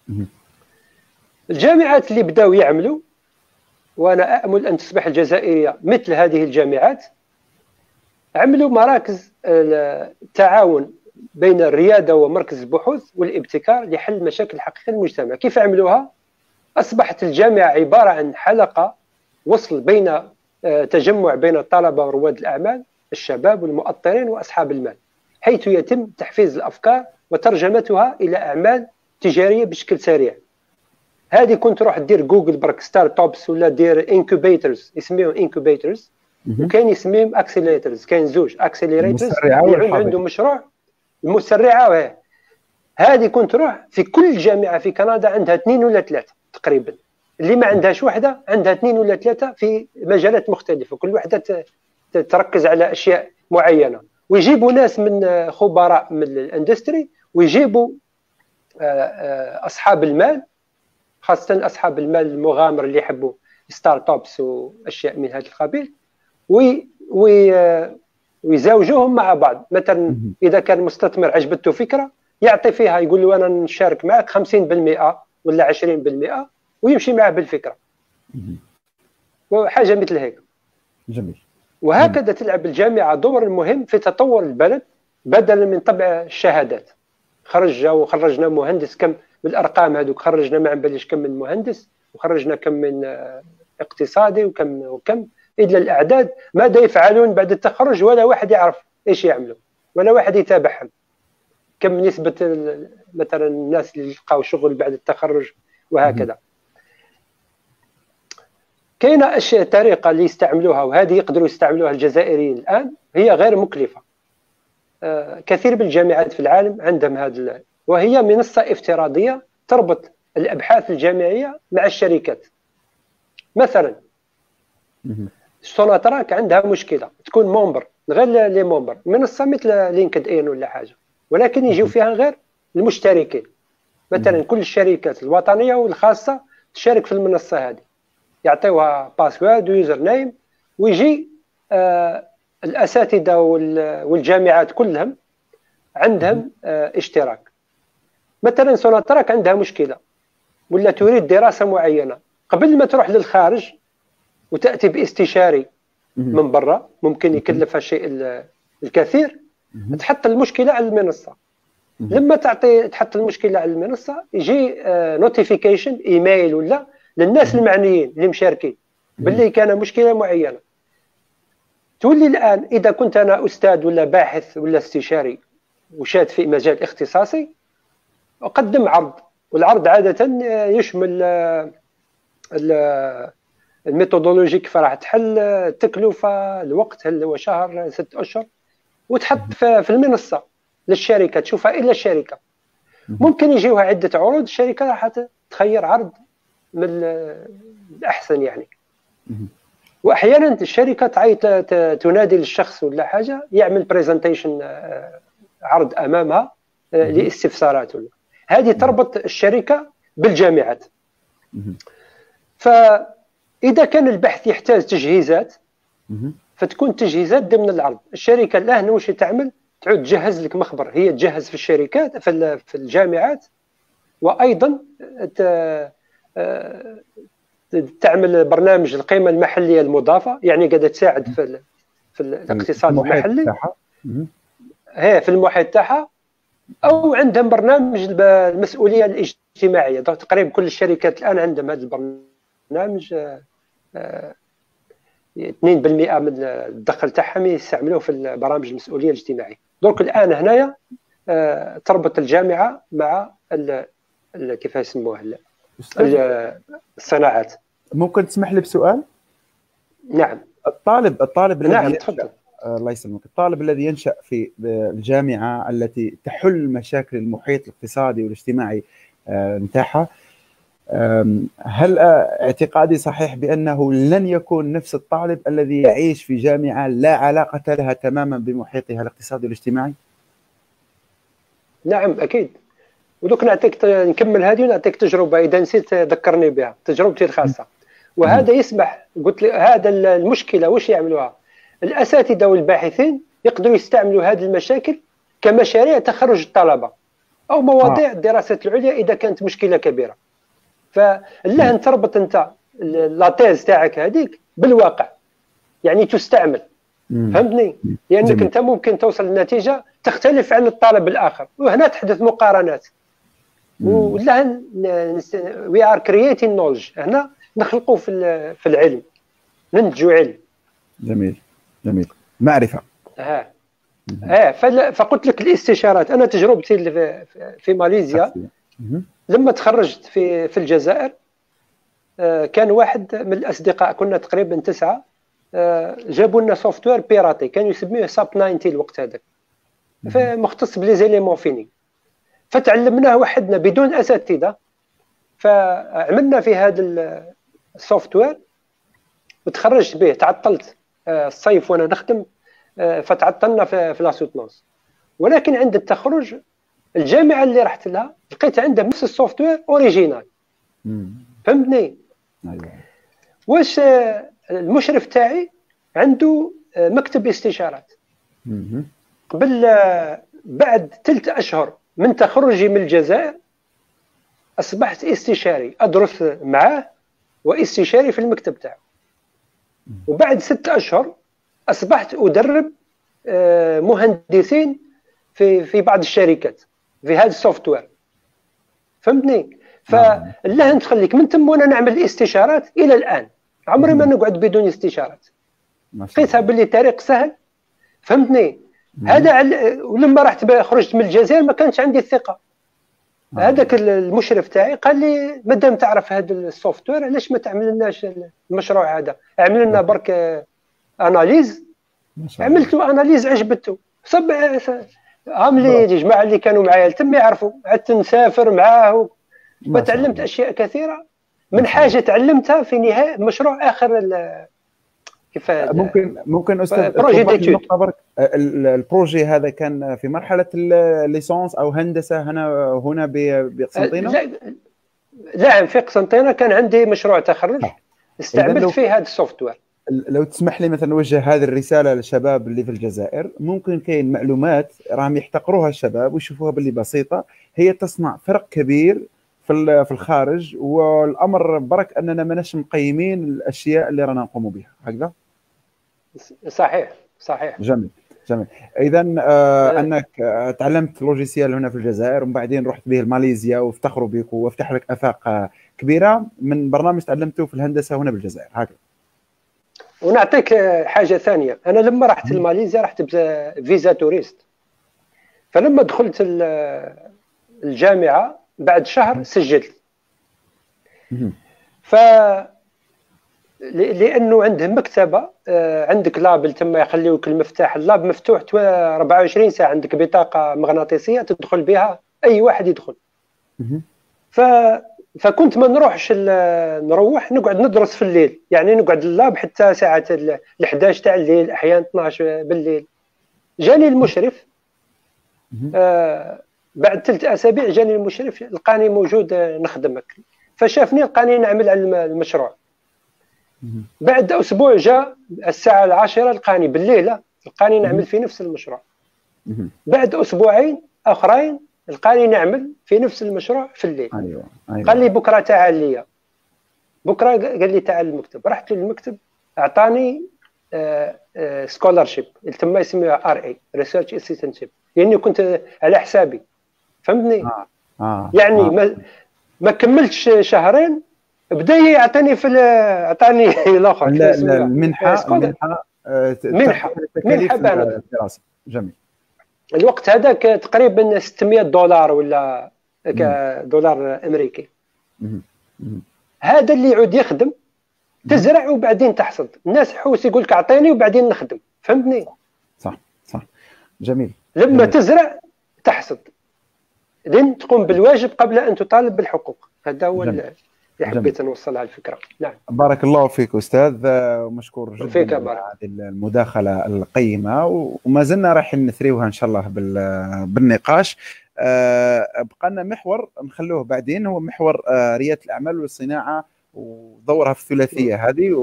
الجامعات اللي بداوا يعملوا، وأنا أأمل أن تصبح الجزائرية مثل هذه الجامعات، عملوا مراكز التعاون بين الريادة ومركز البحوث والابتكار لحل مشاكل حقيقية المجتمع. كيف عملوها؟ أصبحت الجامعة عبارة عن حلقة وصل بين تجمع بين الطلبة ورواد الأعمال، الشباب والمؤطرين وأصحاب المال، حيث يتم تحفيز الأفكار وترجمتها إلى أعمال تجارية بشكل سريع. هذه كنت تروح دير جوجل برك ستارت ابس ولا دير انكوبيترز، يسميهم انكوبيترز، وكاين يسميهم اكسيليترز، كاين زوج اكسيليترز اللي عنده مشروع المسرعه. هذه كنت تروح في كل جامعه في كندا عندها اثنين ولا ثلاثه تقريبا، اللي ما عندهاش وحده عندها اثنين ولا ثلاثه في مجالات مختلفه، كل وحده تركز على اشياء معينه، ويجيبوا ناس من خبراء من الاندستري، ويجيبوا اصحاب المال، خاصة أصحاب المال المغامر اللي يحبوا ستارت ابس وأشياء من هذا القبيل، وي وي ويزاوجوهم مع بعض. مثلا إذا كان مستثمر عجبته فكرة يعطي فيها، يقول له أنا نشارك معك خمسين بالمئة ولا عشرين بالمئة، ويمشي معه بالفكرة، وحاجة مثل هيك. جميل. وهكذا تلعب الجامعة دور مهم في تطور البلد بدلا من طبع الشهادات. خرج وخرجنا مهندس كم بالارقام هذوك، خرجنا ما نباليش كم من مهندس، وخرجنا كم من اقتصادي وكم وكم، الا الاعداد ماذا يفعلون بعد التخرج ولا واحد يعرف ايش يعملوا، ولا واحد يتابعهم. كم نسبه مثلا الناس اللي لقاو شغل بعد التخرج وهكذا. كاينه اشياء طريقه اللي يستعملوها، وهذه يقدروا يستعملوها الجزائريين الان، هي غير مكلفه. آه كثير من الجامعات في العالم عندهم هذا، وهي منصة افتراضية تربط الأبحاث الجامعية مع الشركات. مثلا سوناتراك عندها مشكلة تكون مومبر، غير لي مومبر، منصة مثل لينكد إن ولا حاجة، ولكن يجيو فيها غير المشتركين. مثلا كل الشركات الوطنية والخاصة تشارك في المنصة هذه، يعطيوها باسورد ويوزر نيم، ويجي آه الأساتذة والجامعات كلهم عندهم آه اشتراك. مثلا سوناتراك عندها مشكله ولا تريد دراسه معينه، قبل ما تروح للخارج وتاتي باستشاري من برا ممكن يكلفها شيء الكثير، تحط المشكله على المنصه، لما تعطي تحط المشكله على المنصه يجي نوتيفيكيشن ايميل ولا للناس المعنيين اللي مشاركين باللي كان مشكله معينه. تولي الان اذا كنت انا استاذ ولا باحث ولا استشاري وشاد في مجال اختصاصي اقدم عرض، والعرض عاده يشمل الميثودولوجي كيف راح تحل، التكلفه، الوقت هل هو شهر ست اشهر، وتحط في المنصه للشركه تشوفها الا الشركه. ممكن يجيوها عده عروض، الشركه راح تخير عرض من الاحسن يعني. واحيانا الشركه تعيط تنادي للشخص ولا حاجه يعمل بريزنتيشن عرض امامها لاستفسارات ولا هذه تربط الشركه بالجامعات. فاذا كان البحث يحتاج تجهيزات فتكون التجهيزات ضمن العرض. الشركه الان واش تعمل؟ تعود تجهز لك مخبر، هي تجهز في الشركات في الجامعات، وايضا تعمل برنامج القيمه المحليه المضافه، يعني قاعده تساعد في في الاقتصاد المحلي هي في المحيط تاعها، او عندهم برنامج المسؤوليه الاجتماعيه. تقريبا كل الشركات الان عندهم هذا البرنامج، اثنين بالمئة من الدخل تاعهم يستعملوه في البرامج المسؤوليه الاجتماعيه. درك الان هنايا تربط الجامعه مع كيف يسموها الصناعات. ممكن تسمح لي بسؤال؟ نعم. الطالب الطالب الذي نعم تفضل. الله يسلمك. الطالب الذي ينشأ في الجامعة التي تحل مشاكل المحيط الاقتصادي والاجتماعي نتاعها، هل اعتقادي صحيح بأنه لن يكون نفس الطالب الذي يعيش في جامعة لا علاقة لها تماما بمحيطها الاقتصادي والاجتماعي؟ نعم أكيد. ودوك نعطيك نكمل هذه ونعطيك تجربة إذا نسيت ذكرني بها، تجربتي الخاصة. وهذا يسمح، قلت لي هذا المشكلة واش يعملوها الأساتذة والباحثين، يقدروا يستعملوا هذه المشاكل كمشاريع تخرج الطلبة أو مواضيع الدراسات العليا إذا كانت مشكلة كبيرة. فالله تربط أنت لاتيز تاعك هذيك بالواقع، يعني تستعمل. فهمتني؟ لأنك يعني أنت ممكن توصل لنتيجة تختلف عن الطالب الآخر، وهنا تحدث مقارنات. ولا وي ار كرييتين نولج، هنا نخلقوا في في العلم، ننتجوا علم. جميل جميل، معرفة. ها ها فقلت لك الاستشارات. أنا تجربتي في, في ماليزيا لما تخرجت في في الجزائر، كان واحد من الأصدقاء، كنا تقريبا تسعة، جابوا لنا سوفتوير بيراتي كانوا يسموه ساب تسعين الوقت هذاك، مختص بليزيليمون فيني. فتعلمناه وحدنا بدون اساتذه، فعملنا في هذا السوفتوير وتخرجت به. تعطلت الصيف وانا نخدم، فتعطلنا في في لاسوتنونس. ولكن عند التخرج الجامعه اللي رحت لها لقيت عندها نفس السوفتوير اوريجينال. فهمتني؟ واش المشرف تاعي عنده مكتب استشارات. قبل بعد ثلاث اشهر من تخرجي من الجزائر اصبحت استشاري، ادرس معاه واستشاري في المكتب تاعه. وبعد ست اشهر اصبحت ادرب مهندسين في في بعض الشركات في هذا السوفتوير. فهمتني؟ فالله تخليك من ثم وانا نعمل استشارات الى الان، عمري ما نقعد بدون استشارات. لقيتها باللي طريق سهل. فهمتني؟ هذا عل... ولما رحت خرجت من الجزائر ما كانش عندي الثقه. هذاك المشرف تاعي قال لي مادام تعرف هذا السوفتوير علاش ما تعمل لناش المشروع هذا، اعمل لنا برك اناليز. عملت اناليز عجبته. صب هم لي الجماعه اللي كانوا معايا تم يعرفوا، عدت نسافر معاه وتعلمت اشياء كثيره من حاجه تعلمتها في نهايه مشروع اخر. كيف ممكن ممكن استاذ بروجي ديتود البروجي هذا كان في مرحله الليسونس او هندسه هنا هنا بقسنطينه؟ لا لا في قسنطينه كان عندي مشروع تخرج استعملت فيه هذا السوفت وير. لو تسمح لي مثلا نوجه هذه الرساله للشباب اللي في الجزائر، ممكن كاين معلومات راهم يحتقروها الشباب ويشوفوها باللي بسيطه، هي تصنع فرق كبير في في الخارج، والامر برك اننا ماناش مقيمين الاشياء اللي رانا نقوم بها هكذا. صحيح صحيح. جميل. جميل. اذا آه انك آه تعلمت لوجيسيال هنا في الجزائر، ومن بعدين رحت به لماليزيا وافتخروا بك وافتح لك افاق آه كبيره من برنامج تعلمته في الهندسه هنا بالجزائر هكذا. ونعطيك حاجه ثانيه، انا لما رحت لماليزيا رحت بفيزا توريست، فلما دخلت الجامعه بعد شهر سجلت. ف لانه عندهم مكتبه، عندك لاب تما يخليوك المفتاح، اللاب مفتوح أربعة وعشرين ساعه، عندك بطاقه مغناطيسيه تدخل بها اي واحد يدخل. ف فكنت ما نروحش نروح نقعد ندرس في الليل، يعني نقعد اللاب حتى ساعه ال احداش تاع الليل، احيانا اثناش بالليل. جاني المشرف آه بعد ثلاث اسابيع، جاني المشرف لقاني موجود نخدمك، فشافني لقاني نعمل على المشروع. بعد اسبوع جاء الساعه العاشرة لقاني بالليل، لقاني نعمل في نفس المشروع. بعد اسبوعين اخرين لقاني نعمل في نفس المشروع في الليل. أيوة. أيوة. قال لي بكره تعال ليا، بكره قال لي تعال المكتب. رحت للمكتب، اعطاني سكولارشيب تما يسميها ار اي ريسيرش اسيستنشيب، لاني كنت على حسابي، فهمتني؟ آه. آه. يعني آه. ما ما كملتش شهرين بدا يعطيني في اعطاني الاخر المنحه المنحه منحه منحه الدراسه. جميل. الوقت هذاك تقريبا ستمائة دولار ولا دولار امريكي. مم. مم. هذا اللي يعود يخدم، تزرع وبعدين تحصد. الناس حوس يقول لك اعطيني وبعدين نخدم، فهمتني؟ صح صح. جميل. لما جميل. تزرع تحصد، لين تقوم بالواجب قبل ان تطالب بالحقوق. هذا هو اللي حبيت نوصل على الفكره. نعم. بارك الله فيك استاذ، ومشكور جدا فيك على هذه المداخله القيمه، وما زلنا راح نثريوها ان شاء الله بالنقاش. بقى لنا محور نخلوه بعدين، هو محور رياده الاعمال والصناعه ودورها في الثلاثيه هذه،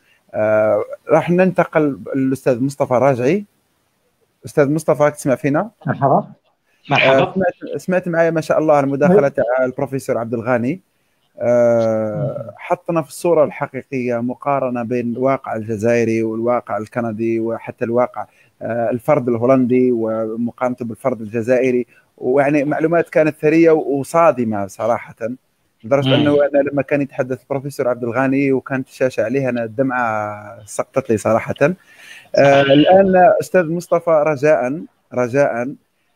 وراح ننتقل للاستاذ مصطفى راجعي. استاذ مصطفى تسمع فينا؟ مرحبا. مرحبا. سمعت سمعت معي ما شاء الله المداخله تاع البروفيسور عبد الغاني. أه حطنا في الصورة الحقيقية مقارنة بين الواقع الجزائري والواقع الكندي وحتى الواقع أه الفرد الهولندي ومقارنته بالفرد الجزائري، ويعني معلومات كانت ثرية وصادمة صراحة، لدرجة أنه أنا لما كان يتحدث البروفيسور عبد الغاني وكانت الشاشة عليها أنا الدمعة سقطت لي صراحة. أه الآن أستاذ مصطفى، رجاء رجاء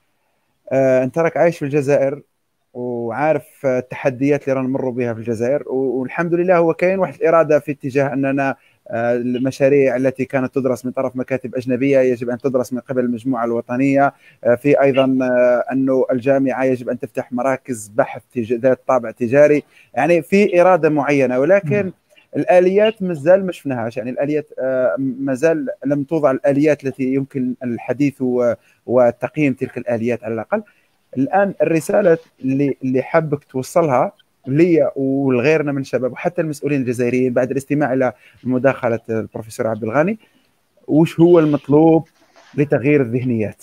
أه أنت راك عايش في الجزائر وعارف التحديات اللي رانا نمروا بها في الجزائر، والحمد لله هو كاين واحد الاراده في اتجاه اننا المشاريع التي كانت تدرس من طرف مكاتب اجنبيه يجب ان تدرس من قبل المجموعه الوطنيه. في ايضا انه الجامعه يجب ان تفتح مراكز بحث ذات طابع تجاري، يعني في اراده معينه، ولكن الاليات مازال ما شفناهاش. يعني الاليات مازال لم توضع الاليات التي يمكن الحديث وتقييم تلك الاليات على الاقل. الان الرساله اللي اللي حابك توصلها لي ولغيرنا من الشباب وحتى المسؤولين الجزائريين بعد الاستماع الى مداخله البروفيسور عبد الغاني، وش هو المطلوب لتغيير الذهنيات؟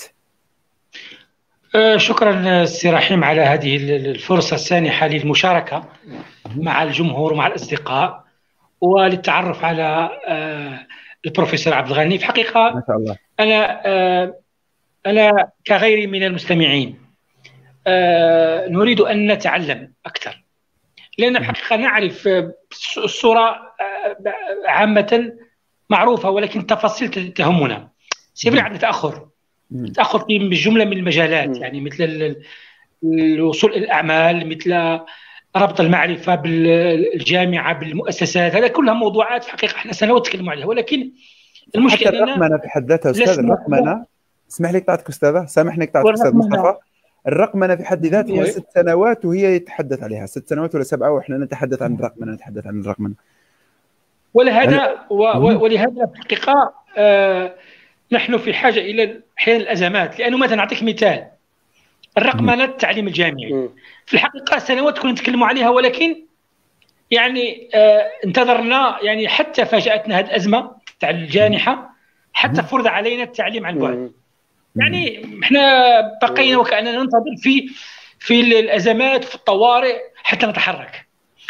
أه شكرا سي رحيم على هذه الفرصه السانحه للمشاركه مع الجمهور ومع الاصدقاء وللتعرف على أه البروفيسور عبد الغاني. في حقيقه ما شاء الله انا أه انا كغيري من المستمعين آه نريد أن نتعلم أكثر، لأن الحقيقة نعرف الصورة آه عامة معروفة، ولكن التفاصيل تهمنا. سيبقى عندنا تأخر تأخر في جملة من المجالات، يعني مثل الوصول إلى الأعمال، مثل ربط المعرفة بالجامعة بالمؤسسات، هذا كلها موضوعات في الحقيقة احنا سنوات نتكلم عليها، ولكن المشكلة حتى الرقمنة في حد ذاتها أستاذ. الرقمنة، اسمح لي قطعتك أستاذة، سامحني قطعتك أستاذ مصطفى. الرقمنة في حد ذاتها ست سنوات وهي يتحدث عليها، ست سنوات ولا سبعة وإحنا نتحدث عن الرقمنة نتحدث عن الرقمنة. ولهذا ولهذا في الحقيقة آه نحن في حاجة إلى أحيانا الأزمات، لأنه مثلا نعطيك مثال، الرقمنة التعليم الجامعي في الحقيقة سنوات كنا نتكلم عليها، ولكن يعني آه انتظرنا، يعني حتى فاجأتنا هذه الأزمة تاع الجائحة حتى فرض علينا التعليم عن بعد. يعني احنا بقينا وكأننا ننتظر في في الأزمات في الطوارئ حتى نتحرك،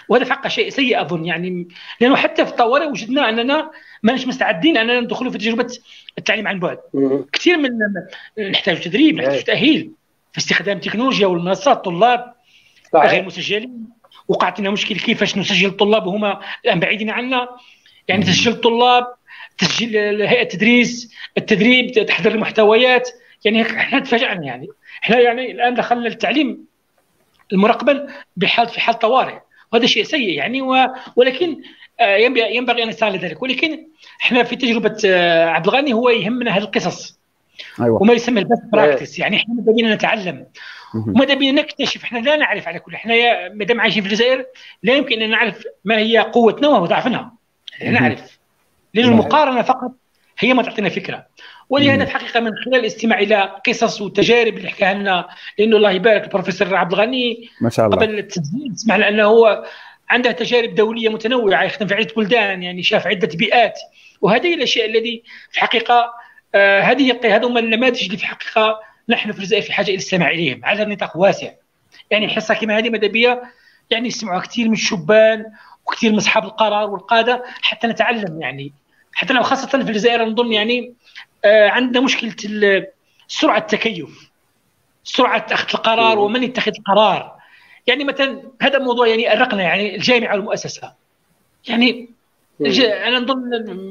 وهذا في حقه شيء سيء اظن، يعني لانه حتى في الطوارئ وجدنا اننا ماناش مستعدين اننا ندخلوا في تجربه التعليم عن بعد. كثير من نحتاج تدريب، نحتاج تاهيل في استخدام التكنولوجيا والمنصات. الطلاب غير مسجلين، وقعت لنا مشكل كيفاش نسجل الطلاب وهما الان بعيدين عنا، يعني تسجيل الطلاب، تسجيل هيئه التدريس، التدريب، تحضير المحتويات، يعني احنا تفاجئنا. يعني احنا يعني الان دخلنا التعليم المرقبا بحال في حال طوارئ، وهذا شيء سيء يعني. ولكن ينبغي ان نستغل ذلك. ولكن احنا في تجربه عبد الغني هو يهمنا هذه القصص، أيوة. وما يسمى البست براكتس. يعني احنا ماذا بينا نتعلم وماذا بينا نكتشف. احنا لا نعرف على كل، احنا ما دام عايشين في الجزائر لا يمكن ان نعرف ما هي قوتنا وضعفنا، لا نعرف، لان المقارنه فقط هي ما تعطينا فكره. ولهذا في الحقيقه من خلال الاستماع الى قصص والتجارب اللي حكاها لنا، لانه الله يبارك البروفيسور عبد الغني ما شاء الله قبل التسجيل سمعنا انه هو عنده تجارب دوليه متنوعه، يخدم في عده بلدان، يعني شاف عده بيئات. وهذه الاشياء التي في الحقيقه آه هذه هذو من النماذج اللي في الحقيقه نحن في الجزائر في حاجه الى الاستماع اليهم على نطاق واسع. يعني حصه كما هذه ماذا بيا يعني يسمعوها كثير من الشبان وكثير من اصحاب القرار والقاده حتى نتعلم. يعني حتى لو خاصه في الجزائر نظن يعني آه عندنا مشكله سرعه التكيف، سرعه اخذ القرار ومن يتخذ القرار. يعني مثلا هذا الموضوع يعني أرقنا، يعني الجامعه والمؤسسه. يعني انا نظن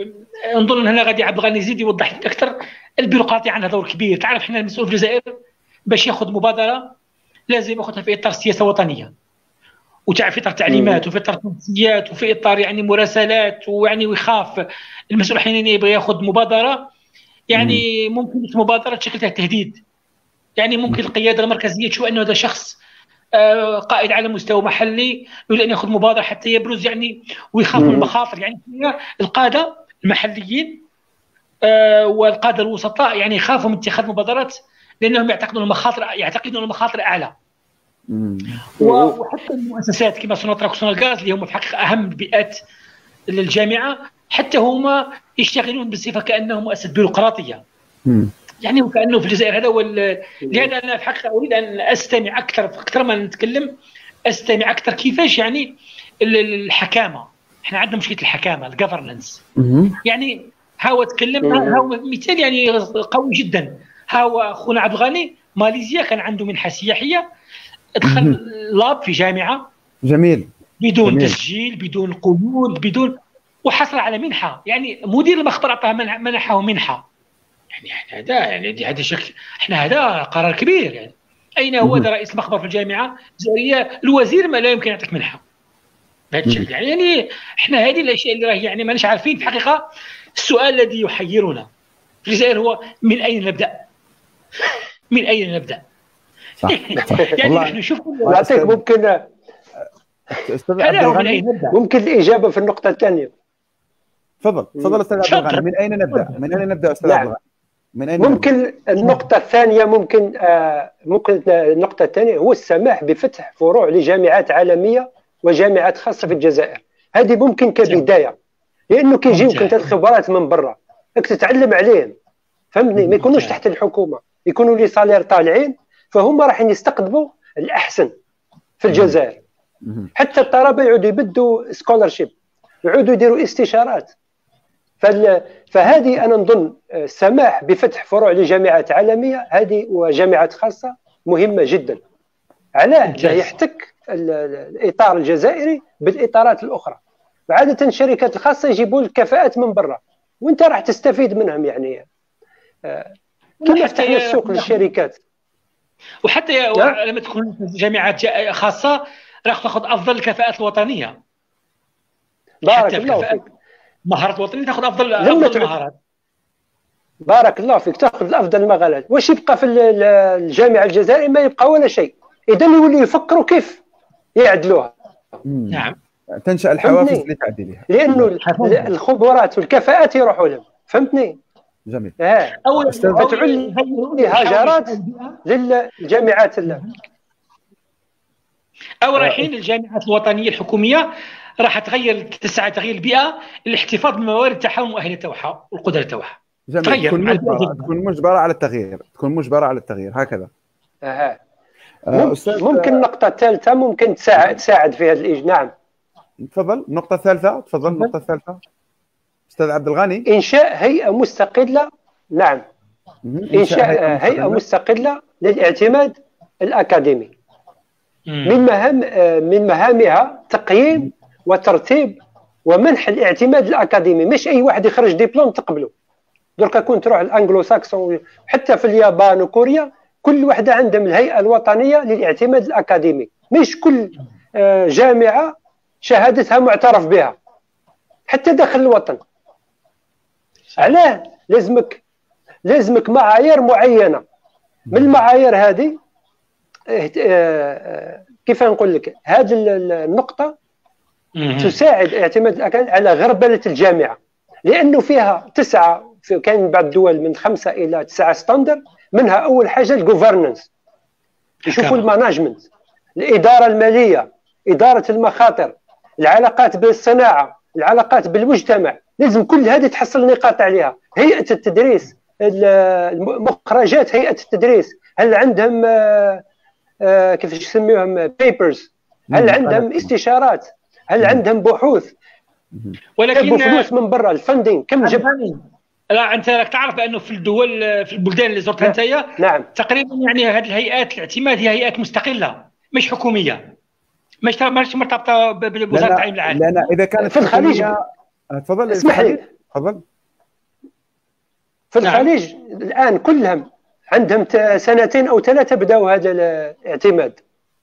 نظن هنا غادي عبد الغني يزيد يوضح لك اكثر. البيروقراطيه عندها دور كبير. تعرف احنا المسؤول في الجزائر باش ياخذ مبادره لازم ياخذها في اطار سياسه وطنيه، وتعرف في اطار تعليمات وفي اطار تنسيات وفي اطار يعني مراسلات، ويعني ويخاف المسؤول احيانا يبغى ياخذ مبادره يعني مم. ممكن مبادره تشكل فيها تهديد. يعني ممكن القياده المركزيه تشوف انه هذا شخص قائد على مستوى محلي يريد ان ياخذ مبادره حتى يبرز يعني ويخاف من المخاطر. يعني القاده المحليين والقاده الوسطاء يعني يخافوا من اتخاذ مبادرات لانهم يعتقدون المخاطر يعتقدون المخاطر اعلى. وحتى المؤسسات كما سوناتراك وسونال غاز اللي هم في الحقيقه اهم البيئات للجامعه حتى هما يشتغلون بصفه كانهم مؤسسات بيروقراطيه. يعني وكانه في الجزائر هذا هو. لهذا انا في الحقيقه اريد ان استمع اكثر اكثر ما نتكلم، استمع اكثر كيفاش يعني الحكامه. احنا عندنا مشكله الحكامه، الجفرننس. يعني هاو تكلمنا، هاو مثال يعني قوي جدا. هاو اخونا عبد الغني ماليزيا كان عنده منحه سياحيه، دخل لاب في جامعه جميل بدون جميل. تسجيل، بدون قيود، بدون، وحصل على منحه. يعني مدير المخبر اعطاه منحه منحه. يعني هذا يعني هذا شكل احنا هذا قرار كبير. يعني اين هو هذا رئيس المخبر في الجامعه الجزائريه؟ الوزير ما لا يمكن يعطيك منحه بهذا الشكل. يعني يعني احنا هذه الاشياء اللي راهي يعني ماناش عارفين. في الحقيقه السؤال الذي يحيرنا في الجزائر هو من اين نبدا؟ من اين نبدا؟ صح. يعني نحن نشوف نعطيك ممكن استاذ عبد الغني ممكن الاجابه في النقطه الثانيه. تفضل تفضل استاذ عبد الغني. من اين نبدا؟ من اين نبدا استاذ عبد الغني؟ من أين ممكن نبدأ؟ النقطة الثانية ممكن آه ممكن النقطة الثانية هو السماح بفتح فروع لجامعات عالمية وجامعات خاصة في الجزائر. هذه ممكن كبداية، لأنه كيجيو كنت الخبرات من برا راك تتعلم عليهم، فهمتني؟ ما يكونوش تحت الحكومة، يكونوا لي صالير طالعين، فهم راح يستقطبوا الأحسن في الجزائر. حتى الطلبة يعودوا يبدوا سكولرشيب، يعودوا يديروا استشارات. فهذه أنا نظن السماح بفتح فروع لجامعات عالمية هذه وجامعات خاصة مهمة جدا. علاه يحتك الإطار الجزائري بالإطارات الأخرى. عادة الشركات الخاصة يجيبوا الكفاءات من برا وانت راح تستفيد منهم. يعني كما فتحنا السوق للشركات. وحتى لما تكون جامعات خاصة راح تاخذ أفضل الكفاءات الوطنية. بارك الله فيك. مهارات وطنيه تاخذ افضل افضل المهارات. بارك الله فيك، تاخذ الافضل المغالات. واش يبقى في الجامعه الجزائريه؟ ما يبقى ولا شيء. اذا يوليو يفكروا كيف يعدلوها. نعم، تنشا الحوافز لتعديلها، لانه الخبرات والكفاءات يروحوا لهم. فهمتني؟ جميل. اه فتعلي هاجرات للجامعات اللي. او رايحين الجامعات الوطنيه الحكوميه راح تغير تسعى تغيير البيئه للاحتفاظ بالموارد تاعها والمؤهلات تاعها والقدره تاعها. تغير تكون مجبرة تكون مجبره على التغيير تكون مجبره على التغيير هكذا. اها آه ممكن النقطه الثالثه ممكن تساعد تساعد في هذا الإج... نعم تفضل. النقطة الثالثة، تفضل. النقطة الثالثة أستاذ عبد الغني. إنشاء هيئة مستقلة. نعم، إنشاء هيئة مستقلة للاعتماد الأكاديمي. من مهام من مهامها تقييم وترتيب ومنح الاعتماد الأكاديمي. مش أي واحد يخرج دبلوم تقبله. درك كون تروح الأنجلو ساكسون حتى في اليابان وكوريا، كل وحدة عندهم الهيئة الوطنية للاعتماد الأكاديمي. مش كل جامعة شهادتها معترف بها حتى داخل الوطن. علاه؟ لازمك لازمك معايير معينة. من المعايير هذه كيف نقول لك، هذه النقطة تساعد اعتماد الأكاديمي على غربلة الجامعة، لأنه فيها تسعة، في كان بعض الدول من خمسة إلى تسعة ستاندر. منها أول حاجة الجوفرننس، يشوفوا الماناجمنت، الإدارة المالية، إدارة المخاطر، العلاقات بالصناعة، العلاقات بالمجتمع. لازم كل هذه تحصل نقاط عليها. هيئة التدريس، مخرجات هيئة التدريس، هل عندهم كيف يسميهم بيبرز، هل عندهم استشارات، هل عندهم بحوث، ولكن فلوس من برا الفندنج كم جاب. لا انت راك تعرف بانه في الدول، في البلدان اللي زرتها انت، نعم تقريبا يعني هذه الهيئات الاعتماد هي هيئات مستقله مش حكوميه، مش مش مرتبطه بوزاره التعليم العالي. لا لا اذا كانت في الخليج، تفضل اسمح لي، تفضل. في الخليج نعم. الان كلهم عندهم سنتين او ثلاثه بداوا هذا الاعتماد،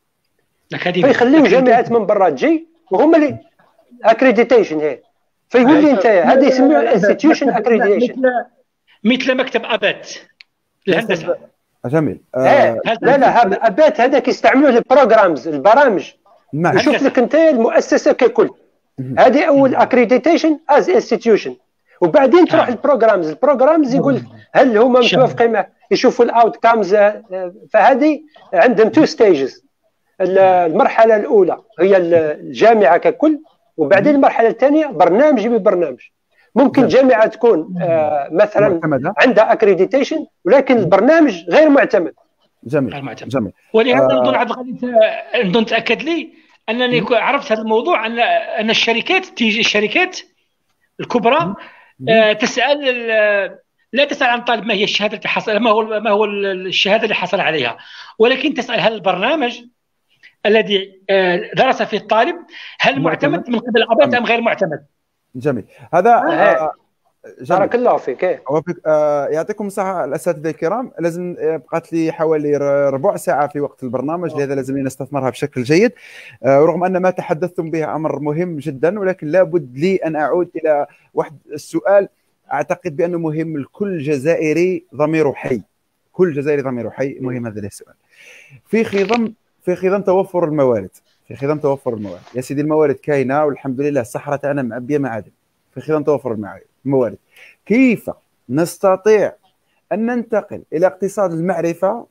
فيخليوا جامعات من برا تجي وهم اللي اكريديتيشن هي، فيولي انت هذا يسموه انستيتيوشن اكريديتيشن، مثل مكتب ابات الهندسه. جميل. آه لا لا ابات هذاك يستعملوه البروجرامز، البرامج. يشوف لك انت المؤسسه ككل. هذه اول اكريديتيشن از انستيتيوشن، وبعدين تروح البروجرامز. البروجرامز يقول هل هما متوافقين معه، يشوفوا الاوت كامز. فهذه عندهم تو ستيجز. المرحله الاولى هي الجامعه ككل، وبعدين المرحله الثانيه برنامج ببرنامج. ممكن جامعه تكون آه مثلا معتمدة. عندها اكريديتيشن ولكن البرنامج غير معتمد. جميل غير معتمد. جميل. ولهذا آه نظن عبد الغني نظن تاكد لي انني عرفت هذا الموضوع، ان ان الشركات تيجي الشركات الكبرى آه تسال لا تسال عن طالب ما هي الشهاده اللي حصل، ما هو ما هو الشهاده اللي حصل عليها، ولكن تسال هل البرنامج الذي درس فيه الطالب هل معتمد من قبل الابات ام غير معتمد. جميل. هذا آه بارك الله فيك. آه يعطيكم الصحه الاساتذه الكرام. لازم بقات لي حوالي ربع ساعه في وقت البرنامج، لهذا لازم نستثمرها بشكل جيد. آه رغم ان ما تحدثتم به امر مهم جدا، ولكن لابد لي ان اعود الى واحد السؤال اعتقد بانه مهم لكل جزائري ضميره حي. كل جزائري ضميره حي مهم هذا السؤال. في خضم في خضم توفر الموارد، في خضم توفر الموارد يا سيدي، الموارد كاينه والحمد لله، الصحراء تاعنا معبيه معادن. في خضم توفر الموارد، كيف نستطيع ان ننتقل الى اقتصاد المعرفه؟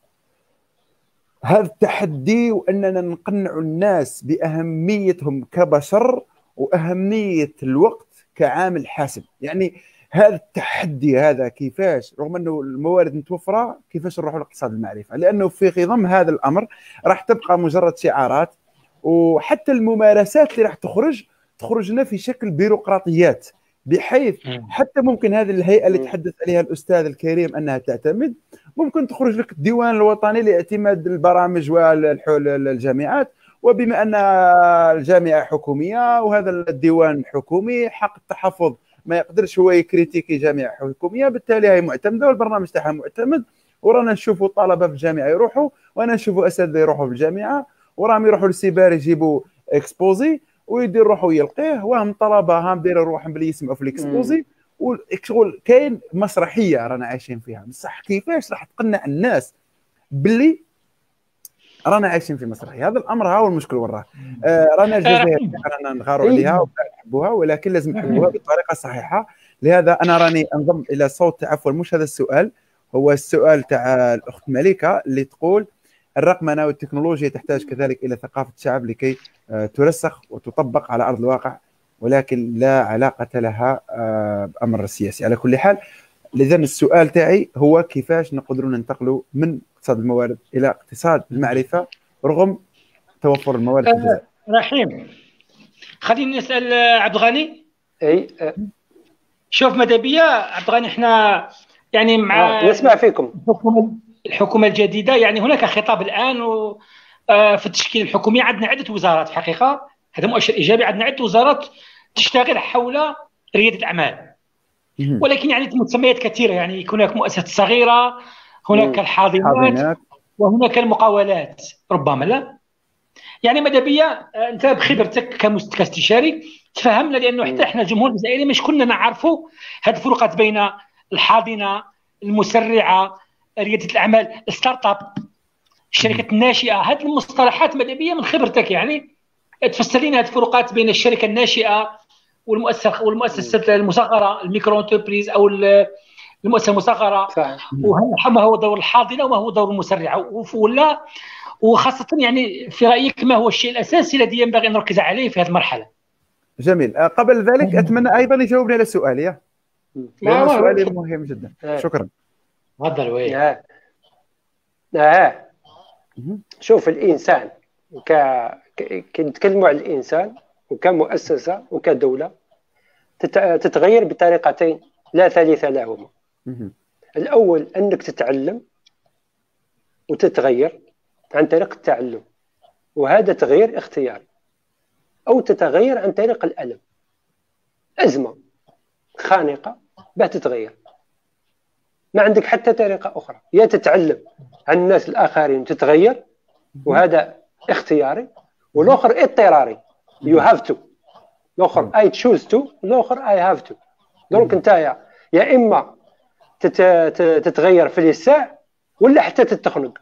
هذا التحدي، واننا نقنع الناس باهميتهم كبشر واهميه الوقت كعامل حاسم. يعني هذا التحدي هذا كيفاش رغم انه الموارد متوفره كيفاش نروحوا لاقتصاد المعرفه؟ لانه في خضم هذا الامر راح تبقى مجرد شعارات، وحتى الممارسات اللي راح تخرج تخرج لنا في شكل بيروقراطيات، بحيث حتى ممكن هذه الهيئه اللي تحدث عليها الاستاذ الكريم انها تعتمد، ممكن تخرج لك الديوان الوطني لاعتماد البرامج والجامعات، وبما ان الجامعه حكوميه وهذا الديوان حكومي حق التحفظ ما يقدرش هو يكريتيكي جامعه حكوميه، بالتالي هي معتمده والبرنامج تاعها معتمد، ورانا نشوفوا الطلبه في الجامعه يروحوا، وانا نشوفوا اساتذه يروحوا في الجامعه، وراهم يروحوا للسيبار يجيبوا اكسبوزي ويدير روحو يلقيه، وهم طلبه هام دايرين روحهم باللي يسمعوا في الاكسبوزي، والشغل كاين مسرحيه رانا عايشين فيها. بصح كيفاش راح تقنع الناس باللي رانا عايشين في مسرحيه؟ هذا الامر ها هو المشكل وراه. آه رانا الجزائر رانا نغاروا عليها ونحبوها، ولكن لازم نحبوها بالطريقه الصحيحه. لهذا انا راني انضم الى صوت، عفوا مش هذا السؤال، هو السؤال تاع الاخت مليكه اللي تقول الرقمنه والتكنولوجيا تحتاج كذلك الى ثقافه الشعب لكي ترسخ وتطبق على ارض الواقع، ولكن لا علاقه لها بامر السياسي. على كل حال، لذا السؤال تاعي هو كيفاش نقدروا ننتقلوا من اقتصاد الموارد الى اقتصاد المعرفه رغم توفر الموارد في الجزائر؟ رحيم، خليني نسال عبد الغني. اي شوف ماذا بيا عبد الغني، احنا يعني مع آه. نسمع فيكم. الحكومه الحكومه الجديده، يعني هناك خطاب الان و في التشكيل الحكومي عندنا عده وزارات في الحقيقه، هذا مؤشر ايجابي. عندنا عده وزارات تشتغل حول رياده الاعمال، ولكن يعني مسميات كثيره، يعني هناك مؤسسات صغيره، هناك الحاضنات، وهناك المقاولات ربما. لا يعني ماذا بيا انت بخبرتك كاستشاري تفهمنا، لانه حتى احنا الجمهور الجزائري مش كلنا نعرفوا هذه الفروقات بين الحاضنه، المسرعه، رياده الاعمال، الستارت اب، الشركه الناشئه. هذه المصطلحات ماذا بيا من خبرتك يعني تفسر لنا هذه الفروقات بين الشركه الناشئه والمؤسسه والمؤسسه المصغره، الميكرو انتربريز او المؤسسه المصغره، وما هو دور الحاضنه وما هو دور المسرعه، ولا وخاصه يعني في رايك ما هو الشيء الاساسي الذي ينبغي ان نركز عليه في هذه المرحله؟ جميل. قبل ذلك اتمنى ايضا يجاوبني على سؤالي، لأن سؤالي مهم جدا. شكرا. تفضل. وين آه. آه. شوف الانسان ك كنتكلموا على الانسان وكمؤسسه وكدوله تتغير بطريقتين لا ثالث لهما. الاول انك تتعلم وتتغير عن طريق التعلم، وهذا تغيير اختياري، او تتغير عن طريق الالم، ازمه خانقه باه تتغير. ما عندك حتى طريقه اخرى، يا تتعلم عن الناس الاخرين تتغير وهذا اختياري، والاخر اضطراري يو هاف تو. الاخر اي تشوز تو، الاخر اي هاف تو. دونك انت يا, يا اما تتغير في اليساع ولا حتى تتخنق،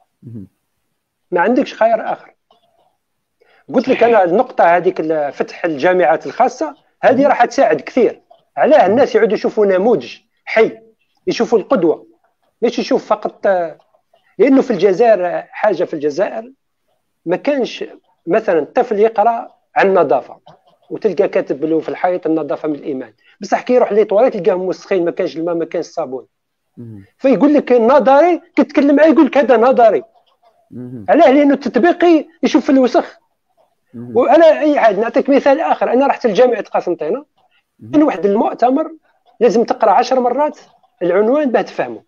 ما عندكش خيار اخر. قلت لك انا النقطه هذيك فتح الجامعات الخاصه هذه راح تساعد كثير. علاه الناس يعودوا يشوفوا نموذج حي، يشوفوا القدوه، مش يشوف فقط. لانه في الجزائر حاجه، في الجزائر ما كانش مثلا الطفل يقرا عن النظافه وتلقى كاتب له في الحيط النظافه من الايمان، بصح كي يروح لي طواليت تلقاهم موسخين، ما كانش الماء ما كانش الصابون. فيقول لك نظري، كتكلم معاه يقول لك هذا نظري. علاه؟ لانه التطبيقي يشوف في الوسخ. وانا اي عاد نعطيك مثال اخر. انا رحت لجامعه قسنطينه، كان واحد المؤتمر لازم تقرا عشر مرات العنوان باه تفهمه.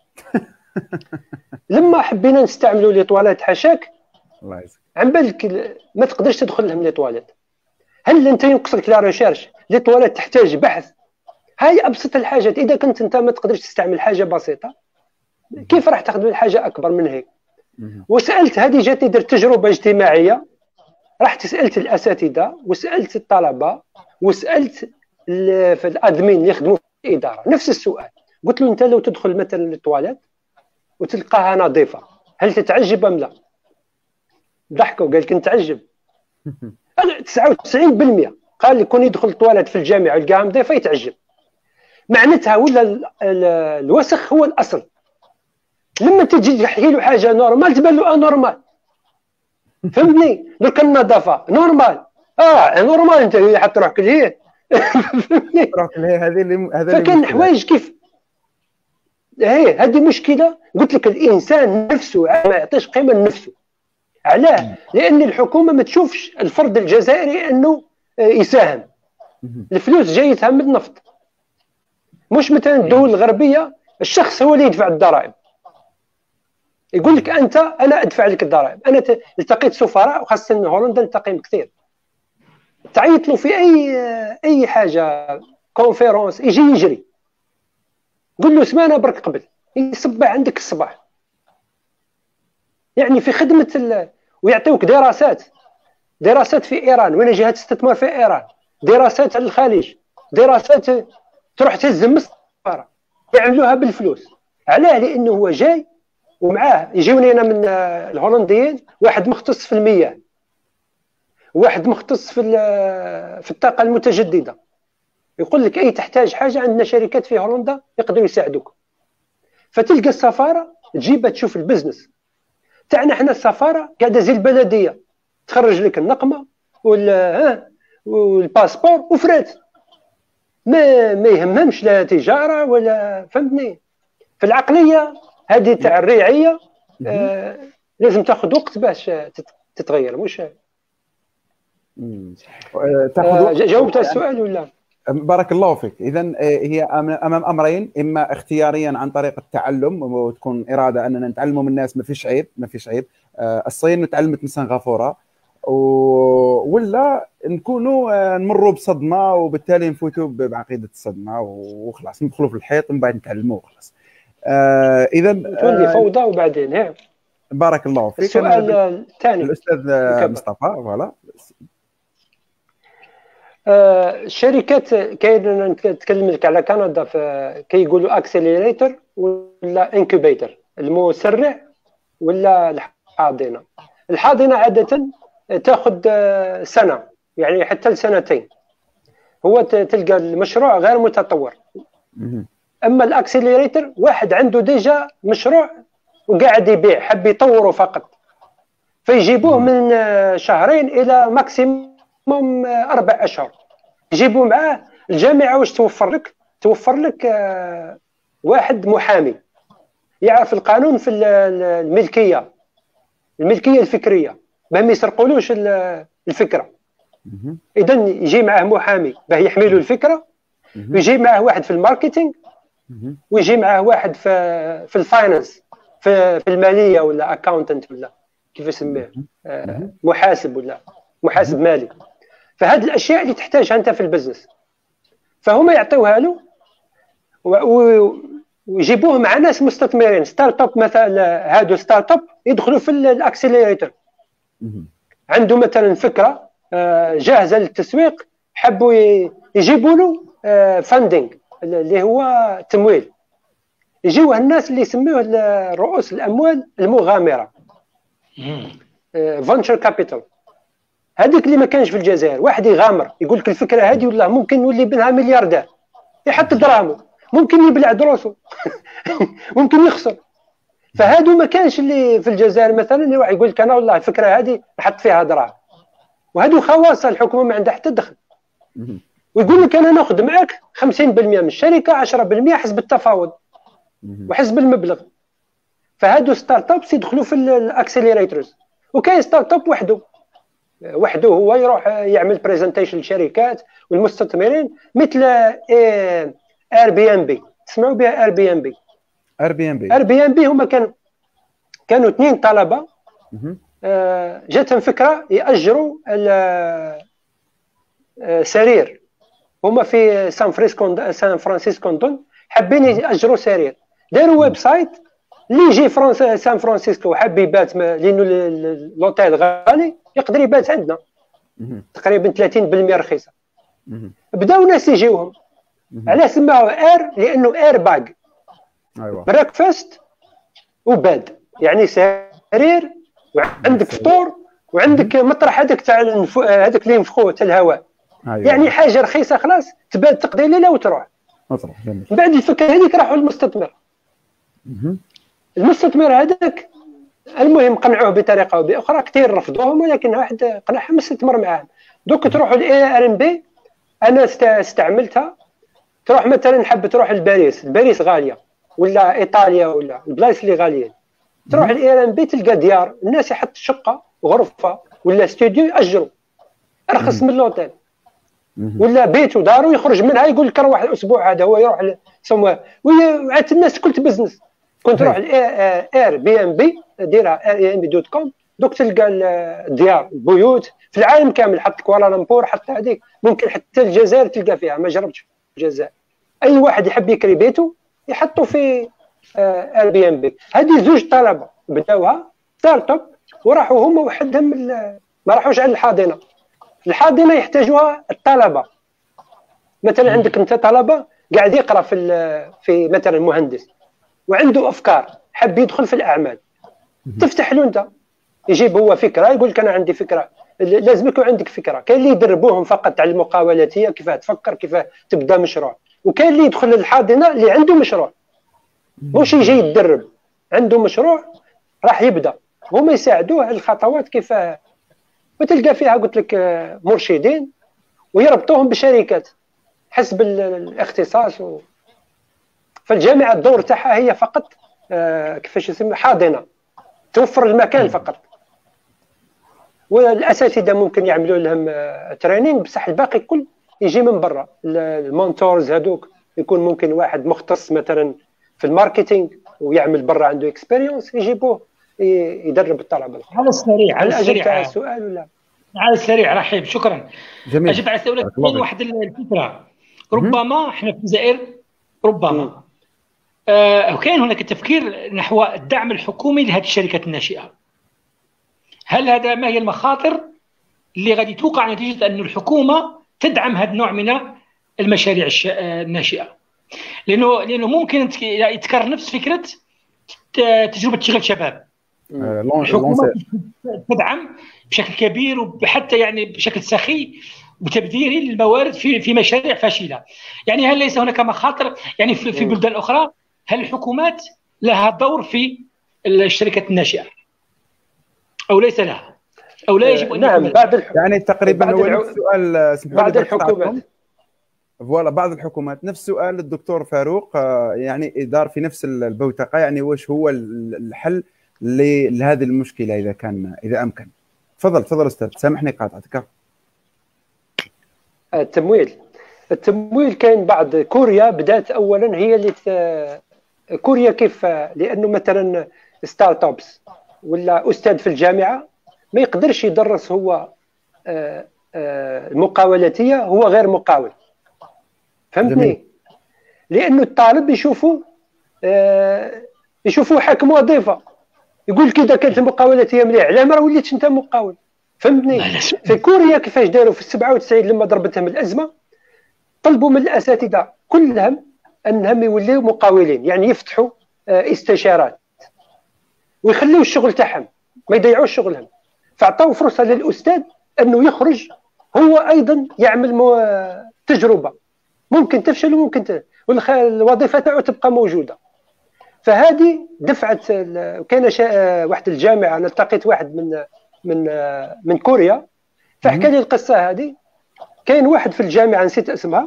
لما حبينا نستعملوا لي طواليت حاشاك، الله يجزاك، عن بالك ما تقدرش تدخل لهم لي طواليت. هل انت ينقصك لا ريشيرش؟ لي طواليت تحتاج بحث. هاي ابسط الحاجات. اذا كنت انت ما تقدرش تستعمل حاجه بسيطه، كيف راح تخدم حاجه اكبر من هيك؟ وسالت، هذه جاتني درت تجربه اجتماعيه، رحت سالت الاساتذه وسالت الطلبه وسالت في الادمين اللي يخدموا في الاداره نفس السؤال. قلت له انت لو تدخل مثلا للطواليت وتلقاها نظيفه هل تتعجب ام لا؟ ضحكوا قال لك نتعجب. تسعة وتسعين بالمئة قال لي كون يدخل الطواليت في الجامعه يلقاها نظيفه يتعجب. معناتها ولا الوسخ هو الاصل. لما تجي تحكي له حاجه نورمال تبان له انورمال. فهمتني؟ درك النظافه نورمال، اه نورمال انت حط روحك لهيه. روحك لهيه. هذه اللي هذا فكان حوايج كيف هي هذه مشكله. قلت لك الانسان نفسه ما يعطيش قيمه لنفسه. علاه؟ لان الحكومه ما تشوفش الفرد الجزائري انه يساهم. الفلوس جايتها من النفط. مش مثلا الدول الغربيه الشخص هو اللي يدفع الضرائب. يقول لك انت انا ادفع لك الضرائب. انا التقيت سفراء وخاصه هولندا نلتقيهم كثير، تعيط له في اي اي حاجه كونفيرونس يجي يجري. قول له سمانه برك قبل يصبح عندك الصباح. يعني في خدمه ال... ويعطيوك دراسات دراسات في ايران، وين جهات استثمار في ايران، دراسات على الخليج، دراسات تروح تهزم السفاره يعملوها بالفلوس. علاه؟ لانه هو جاي ومعاه يجيوني انا من الهولنديين واحد مختص في المياه، واحد مختص في في الطاقه المتجدده. يقول لك اي تحتاج حاجه عندنا شركات في هولندا يقدروا يساعدوك. فتلقى السفاره تجيبها تشوف البزنس تاعنا. احنا السفاره قاعده زي البلديه، تخرج لك النقمه وال والباسبور وفرات، ما ما يهمهمش لا تجاره ولا. فهمتني؟ في العقليه هذه تاع الريعيه آه لازم تاخذ وقت باش تتغير. مش تاخذ جاوبت السؤال ولا؟ بارك الله فيك. إذا هي أمام أمرين، إما اختياريا عن طريق التعلم وتكون إرادة أننا نتعلموا من الناس، ما فيش عيب ما فيش عيب. الصين تعلمت من سنغافورة، ولا نكونوا نمروا بصدمة وبالتالي نفوتوا بعقيدة الصدمة وخلاص ندخلوا في الحيط ومن بعد نتعلموا وخلاص. إذا تولي فوضى وبعدين هي. بارك الله فيك. السؤال الثاني الأستاذ مصطفى. فوالا الشركات كاين نتكلم لك على كندا، كيقولوا اكسلريتور ولا انكوبيتر، المسرع ولا الحاضنه. الحاضنه عاده تاخذ سنه يعني حتى لسنتين، هو تلقى المشروع غير متطور. اما الاكسلريتور واحد عنده ديجا مشروع وقاعد يبيع، حب يطوره فقط، فيجيبوه من شهرين الى ماكسيموم اربع اشهر. يجيبوا معاه الجامعه. واش توفر لك؟ توفر لك واحد محامي يعرف القانون في الملكيه الملكيه الفكريه، ما يسرقولوش الفكره. اذا يجي معاه محامي باه يحمي له الفكره، ويجي معاه واحد في الماركتينغ، ويجي معاه واحد في في الفاينانس، في, في الماليه ولا اكاونتنت ولا كيف يسميه، محاسب ولا محاسب مالي. فهذه الاشياء اللي تحتاجها انت في البزنس، فهم يعطيوها له ويجيبوه مع ناس مستثمرين ستارت اب. مثلا هادو ستارت اب يدخلوا في الاكسلريتور، عنده مثلا فكره جاهزه للتسويق، حبوا يجيبوا له فاندينغ اللي هو تمويل. يجيوه الناس اللي يسموه رؤوس الاموال المغامره، فانشر كابيتال. هذيك اللي ما كانش في الجزائر. واحد يغامر يقول لك الفكره هذه والله ممكن نولي بنها ملياردير، يحط دراهمه، ممكن يبلع دروسه ممكن يخسر. فهادو ما كانش اللي في الجزائر مثلا اللي واحد يقول لك انا والله الفكره هذه نحط فيها دراهم، وهادو خواص الحكومه ما عندها حتى دخل. ويقول لك انا ناخذ معك خمسين بالمئة من الشركه، عشرة بالمئة حسب التفاوض وحسب المبلغ. فهادو ستارت ابس يدخلوا في الاكسلريتورز. وكاين ستارت اب وحده وحده هو يروح يعمل بريزنتيشن للشركات والمستثمرين، مثل اير بي ام بي. تسمعوا بها اير بي ام بي؟ اير بي ام بي اير بي ام بي هما كانوا كانوا اثنين طلبه جاتهم فكره ياجروا سرير. هما في سان فرانسيسكو سان فرانسيسكو دون حابين ياجروا سرير. داروا ويب سايت اللي يجي فرنسا سان فرانسيسكو وحاب يبات، لانه لوطيل غالي يقدر يبات عندنا تقريبا ثلاثين بالمئة رخيصه. بداو ناس يجيوهم. علاه سماوه اير؟ لانه اير باغ. ايوا بريكفاست وباد، يعني سرير وعندك فطور وعندك مطرح هذاك تاع هذاك اللي ينفخوه تاع الهواء. أيوة. يعني حاجه رخيصه خلاص تبات تقضي ليله وتروح. مطرح جميل. بعد الفكره هذيك راحوا للمستثمر. المستثمر هذاك المهم قنعوه بطريقه او باخرى، كثير رفضوهم ولكن واحد قنعهم استثمر معاهم. دوك تروحوا لاي ار ام بي. انا استعملتها. تروح مثلا حب تروح لباريس، باريس غاليه ولا ايطاليا ولا البلايص اللي غاليين، تروح الاي ار ام بي تلقى ديار الناس يحط شقه غرفه ولا استوديو ياجروا ارخص من اللوتيل، ولا بيت ودارو يخرج منها يقول لك روح الاسبوع هذا هو يروح سموه. وعاد الناس كل تبزنس. كنت تروح اير بي ام بي ديرها اير بي ام بي دوت كوم، دوك تلقى الديار البيوت في العالم كامل، حتى كوالالمبور حتى هذيك، ممكن حتى الجزائر تلقى فيها. ما جربتش الجزائر. اي واحد يحب يكري بيته يحطه في اير بي ام بي. هذه زوج طلبه بداوها ستارت اب وراحوا هما وحدهم ما راحوش على الحاضنه. الحاضنه يحتاجوها الطلبه. مثلا عندك انت طلبه قاعد يقرا في في مثلا مهندس وعنده افكار حب يدخل في الاعمال، تفتح له انت، يجيب هو فكره يقول لك انا عندي فكره. لازم يكون عندك فكره. كاين اللي يدربوهم فقط على المقاولاتيه كيف تفكر كيف تبدا مشروع، وكاين اللي يدخل للحاضنه اللي عنده مشروع مش يجي يتدرب، عنده مشروع راح يبدا. هما يساعدوه على الخطوات كيف، وتلقى فيها قلت لك مرشدين ويربطوهم بشركات حسب الاختصاص. و... فالجامعه الدور تاعها هي فقط آه كيفاش يسمى حاضنه، توفر المكان فقط. والاساتذه ممكن يعملوا لهم تريننج، بصح الباقي كل يجي من برا. المونتورز هذوك يكون ممكن واحد مختص مثلا في الماركتينغ ويعمل برا عنده اكسبيريونس، يجيبوه يدرب الطلبه. على السريع على السريع على السؤال ولا على السريع؟ رحيب، شكرا. جميل. اجب على سؤالك. واحد الفكره، ربما احنا في الجزائر ربما آه كان هناك تفكير نحو الدعم الحكومي لهذه الشركات الناشئه. هل هذا ما هي المخاطر اللي غادي توقع نتيجه أن الحكومه تدعم هذا النوع من المشاريع الناشئه؟ لانه لانه ممكن يتكرر نفس فكره تجربه شغل شباب. الحكومه تدعم بشكل كبير وحتى يعني بشكل سخي وتبذيري للموارد في في مشاريع فاشله. يعني هل ليس هناك مخاطر يعني في, في بلدان اخرى؟ هل الحكومات لها دور في الشركات الناشئه او ليس لها او لا يجب ان نعم بعد الح... يعني تقريبا هو نفس السؤال بعد الحكومات فوالا بعض الحكومات نفس سؤال الدكتور فاروق يعني دار في نفس البوتقه. يعني واش هو الحل لهذه المشكله اذا كان اذا امكن؟ تفضل تفضل استاذ، سامحني قاطعتك. التمويل التمويل كاين بعض كوريا بدات اولا هي اللي ت... كوريا كيف؟ لانه مثلا ستارت ابس ولا استاذ في الجامعه ما يقدرش يدرس هو المقاولاتيه، هو غير مقاول، فهمتني؟ لانه الطالب يشوفوا يشوفوا حكم وظيفه، يقول لك اذا كانت المقاولاتيه مليح علاه ما وليتش انت مقاول، فهمتني؟ في كوريا كيفاش داروا في سبعة وتسعين لما ضربتهم الازمه، طلبوا من الاساتذه كلهم انهم يوليوا مقاولين، يعني يفتحوا استشارات ويخليوا الشغل تاعهم ما يضيعوش شغلهم، فاعطوا فرصه للاستاذ انه يخرج هو ايضا يعمل مو... تجربه ممكن تفشل وممكن ت... والوظيفه تاعو تبقى موجوده. فهذه دفعت كان شا... واحد الجامعه، انا التقيت واحد من من من كوريا فحكى لي القصه هذه. كاين واحد في الجامعه نسيت اسمها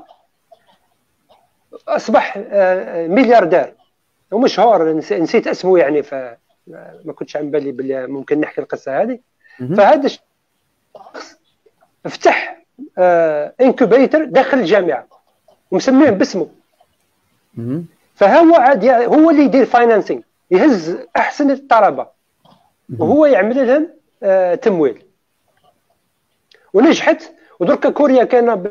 اصبح ملياردير ومشهور، نسيت اسمه يعني، فما كنتش عن بالي بلي ممكن نحكي القصه هذه. فهذا الشخص فتح انكوبيتر داخل الجامعه ومسميه باسمه، فهو عاد هو اللي يدير فاينانسينغ، يهز احسن الطلبه وهو يعمل لهم تمويل، ونجحت. ودرك كوريا كان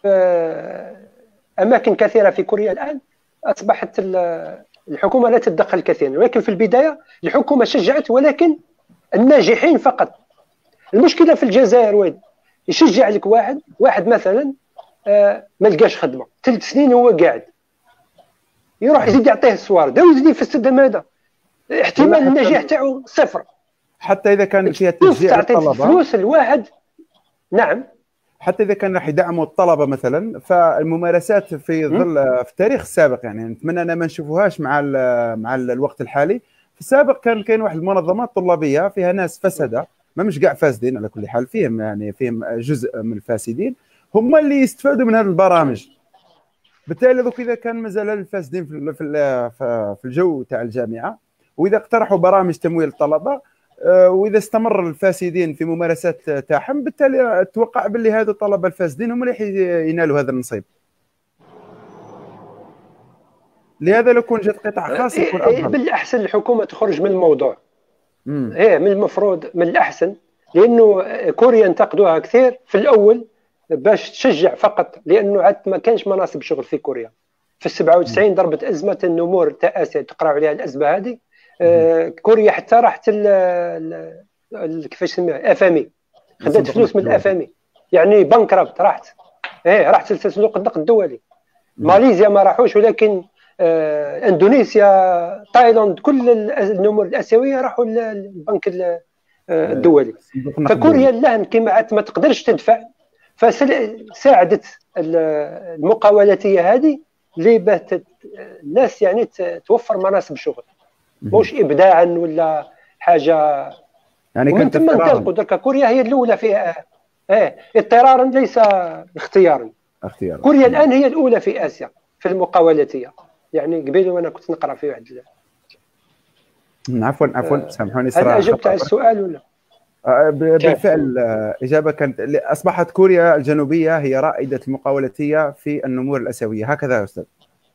اماكن كثيره في كوريا الان اصبحت الحكومه لا تتدخل كثيرا، ولكن في البدايه الحكومه شجعت، ولكن الناجحين فقط. المشكله في الجزائر وين يشجع لك واحد واحد مثلا آه ما لقاش خدمه ثلاث سنين هو قاعد، يروح يزيد يعطيه السوار دا ويزيد يفسد هذا، احتمال النجاح تاعو صفر. حتى اذا كان فيها تشجيع الطلبه فلوس الواحد. نعم، حتى اذا كان راح يدعموا الطلبه مثلا، فالممارسات في ظل في التاريخ السابق، يعني نتمنى ان ما نشوفوهاش مع ال مع ال الوقت الحالي. في السابق كان كاين واحد المنظمات طلابيه فيها ناس فسده، ما مش كاع فاسدين على كل حال، فيهم يعني فيهم جزء من الفاسدين هم اللي يستفادوا من هذه البرامج. بالتالي دوك اذا كان مازال الفاسدين في في الجو تاع الجامعه، واذا اقترحوا برامج تمويل الطلبه، واذا استمر الفاسدين في ممارسات تاعهم، بالتالي اتوقع باللي هذو الطلبه الفاسدين هم اللي ينالوا هذا النصيب. لهذا لو كون جات قطاع خاص يكون افضل. بالاحسن الحكومه تخرج من الموضوع. ايه من المفروض من الاحسن، لانه كوريا انتقدوها كثير في الاول باش تشجع فقط، لانه عاد ما كانش مناصب شغل في كوريا. في سبعة وتسعين ضربت ازمه النمور تاع اسيا، تقراوا عليها الازمه هذه. آه كوريا حتى راحت كيفاش نسميها اف ام اي، خدات فلوس من الاف ام اي، يعني بانكرابت راحت. ايه راحت لصندوق النقد الدولي. ماليزيا ما راحوش، ولكن آه اندونيسيا، تايلاند، كل النمور الاسيويه راحوا للبنك الدولي. فكوريا اللهن كما ما تقدرش تدفع، فساعدت المقاولاتيه هذه اللي الناس يعني توفر مناصب شغل، مش ابداعا ولا حاجه. يعني ومن ثم انطلقوا درك كوريا هي الاولى فيها. ايه اضطرارا ليس اختيارا. اختيارا. كوريا الان هي الاولى في اسيا في المقاولاتيه، يعني قبيل وانا كنت نقرا في واحد. عفوا عفوا سامحوني صراحه. هل اجبت على السؤال ولا؟ بالفعل إجابة كانت أصبحت كوريا الجنوبية هي رائدة المقاولاتية في النمور الآسيوية، هكذا يا أستاذ؟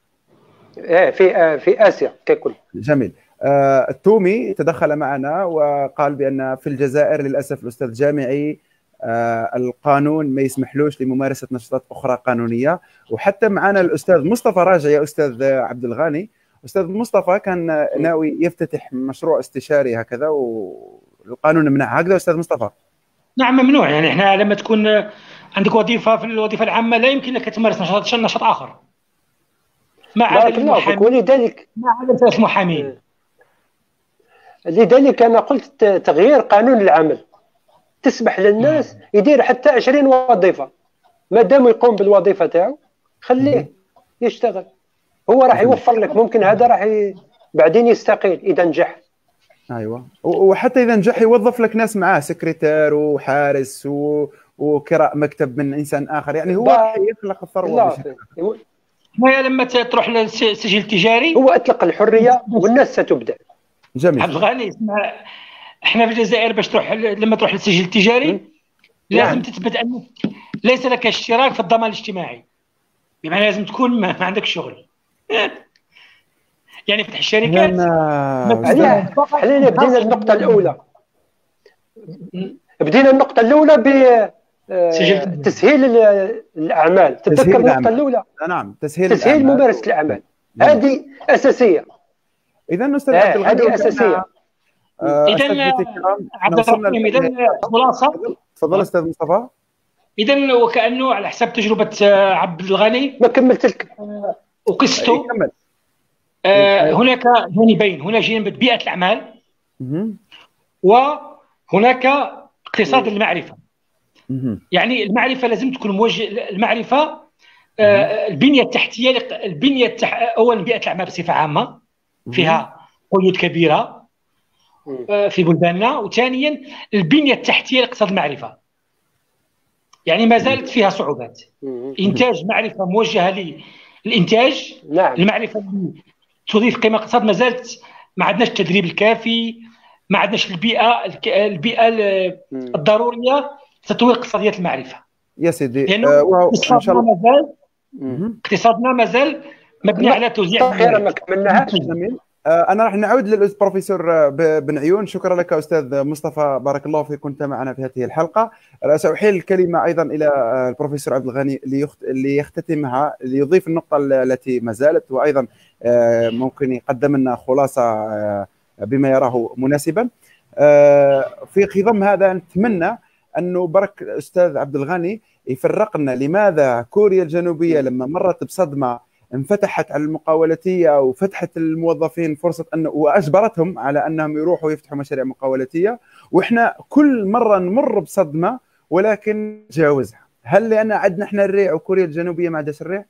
في في آسيا ككل. جميل. التومي تدخل معنا وقال بأن في الجزائر للأسف الأستاذ جامعي القانون ما يسمحلوش لممارسة نشاطات أخرى قانونية. وحتى معنا الأستاذ مصطفى راجع يا أستاذ عبد الغاني. أستاذ مصطفى كان ناوي يفتتح مشروع استشاري هكذا والقانون منع، هكذا أستاذ مصطفى؟ نعم ممنوع، يعني احنا لما تكون عندك وظيفة في الوظيفة العامة لا يمكن لك تمارس نشاط نشاط آخر ما عدا المحامي، ولذلك ما عدا ثلاث محامين. لذلك أنا قلت تغيير قانون العمل تسمح للناس يدير حتى عشرين وظيفة، ما دام يقوم بالوظيفة تاعو خليه يشتغل، هو راح يوفر لك، ممكن هذا راح ي... بعدين يستقيل إذا نجح. ايوه، وحتى اذا نجح يوظف لك ناس معاه، سكرتير وحارس و... وكراء مكتب من انسان اخر، يعني هو راح يخلق الثروه بشكل. لما تروح للسجل التجاري هو اطلق الحريه والناس ستبدع. جميل. عبد الغني، احنا في الجزائر باش تروح لما تروح للسجل التجاري لازم يعني. تثبت انك ليس لك اشتراك في الضمان الاجتماعي، بمعنى لازم تكون ما, ما عندك شغل. يعني فتح الشركات. خلينا بدينا النقطة الأولى. بدينا النقطة الأولى بتسهيل الأعمال. تتذكر النقطة الأولى؟ نعم، تسهيل تسهيل ممارسة الأعمال. هذه أساسية. إذا أستاذ عبد الغني هذه أساسية. إذا عبد الرحيم، إذا خلاصة. تفضل أستاذ مصطفى. إذا وكأنه على حسب تجربة عبد الغني ما كملت لك وقصته. آه هناك جانبين، هناك جانب بيئة الأعمال وهناك اقتصاد المعرفة. يعني المعرفة لازم تكون موجه، المعرفة آه البنية التحتية، البنية التح... أولا بيئة الأعمال بصفة عامة فيها قيود كبيرة آه في بلداننا، وثانيا البنية التحتية لاقتصاد المعرفة يعني ما زالت فيها صعوبات. إنتاج معرفة موجهة للإنتاج. نعم. المعرفة اللي تضيف قيمة اقتصاد ما زالت ما عندناش التدريب الكافي، ما عندناش البيئة البيئة الضرورية لتطوير اقتصاديات المعرفة يا سيدي. لأنه آه اقتصادنا ما زال اقتصادنا ما زال مبني على توزيع. خير ما كملناهاش. جميل. أنا راح نعود للبروفيسور بن عيون. شكرا لك أستاذ مصطفى، بارك الله فيك، كنت معنا في هذه الحلقة. سأحيل الكلمة أيضا إلى البروفيسور عبد الغني ليختتمها، ليضيف النقطة التي ما زالت، وأيضا ممكن يقدم لنا خلاصة بما يراه مناسبا. في خضم هذا نتمنى أنه برك الأستاذ عبد الغني يفرق لنا لماذا كوريا الجنوبية لما مرت بصدمة انفتحت على المقاولاتيه وفتحت الموظفين فرصه انه واجبرتهم على انهم يروحوا يفتحوا مشاريع مقاولاتيه، واحنا كل مره نمر بصدمه ولكن نتجاوزها. هل لان عندنا احنا الريع وكوريا الجنوبيه ما عندهاش الريع؟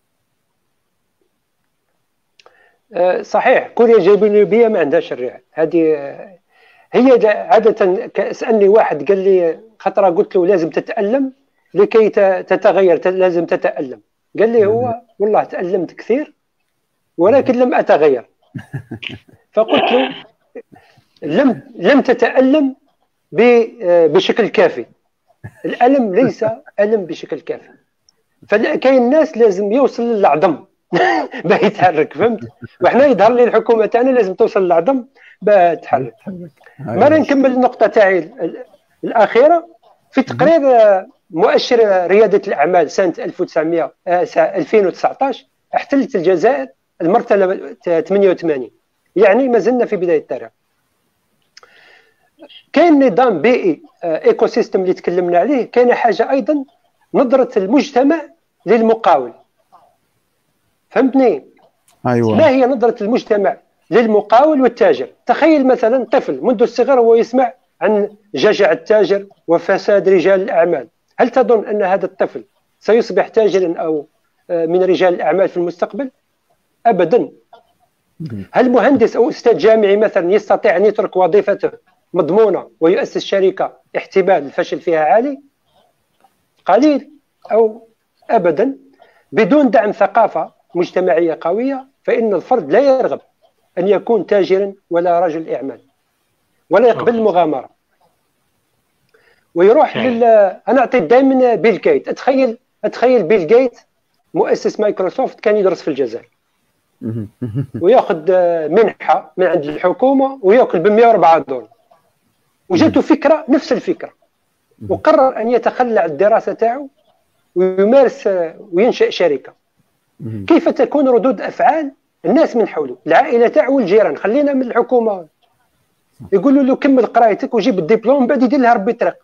أه صحيح، كوريا الجنوبيه ما عندهاش الريع. هذه هي عاده. سالني واحد قال لي خطره، قلت له لازم تتالم لكي تتغير، لازم تتالم. قال لي هو والله تألمت كثير ولكن لم أتغير. فقلت له لم لم تتألم بشكل كافي. الألم ليس ألم بشكل كافي. فكاين الناس لازم يوصل للعظم باه يتحرك، فهمت؟ وإحنا يظهر لي الحكومة تاعنا لازم توصل للعظم باه تتحرك. مرة نكمل النقطة تاعي الأخيرة في تقرير مؤشر ريادة الأعمال سنة ألفين وتسعطاش احتلت الجزائر المرتبة ثمانية وثمانين، يعني ما زلنا في بداية التاريخ. كاين نظام بيئي ايكو سيستم اللي تكلمنا عليه. كاين حاجة أيضا نظرة المجتمع للمقاول، فهمتني؟ أيوة. ما هي نظرة المجتمع للمقاول والتاجر؟ تخيل مثلا طفل منذ الصغر وهو يسمع عن جشع التاجر وفساد رجال الأعمال. هل تظن أن هذا الطفل سيصبح تاجرا أو من رجال الأعمال في المستقبل؟ أبدا. هل مهندس أو أستاذ جامعي مثلا يستطيع أن يترك وظيفته مضمونة ويؤسس شركة احتمال الفشل فيها عالي؟ قليل أو أبدا. بدون دعم ثقافة مجتمعية قوية فإن الفرد لا يرغب أن يكون تاجرا ولا رجل أعمال ولا يقبل المغامرة. ويروح لل انا اعطيت دائما بيل جيت. اتخيل اتخيل بيل جيت مؤسس مايكروسوفت كان يدرس في الجزائر وياخذ منحه من عند الحكومه وياكل ب مئة وأربعة دولار، وجاته فكره نفس الفكره وقرر ان يتخلى عن الدراسه تاعو ويمارس وينشئ شركه. كيف تكون ردود افعال الناس من حوله، العائله تاعو والجيران؟ خلينا من الحكومه، يقولوا له كمل قرايتك وجيب الدبلوم بعد يدير لها ربي طريق،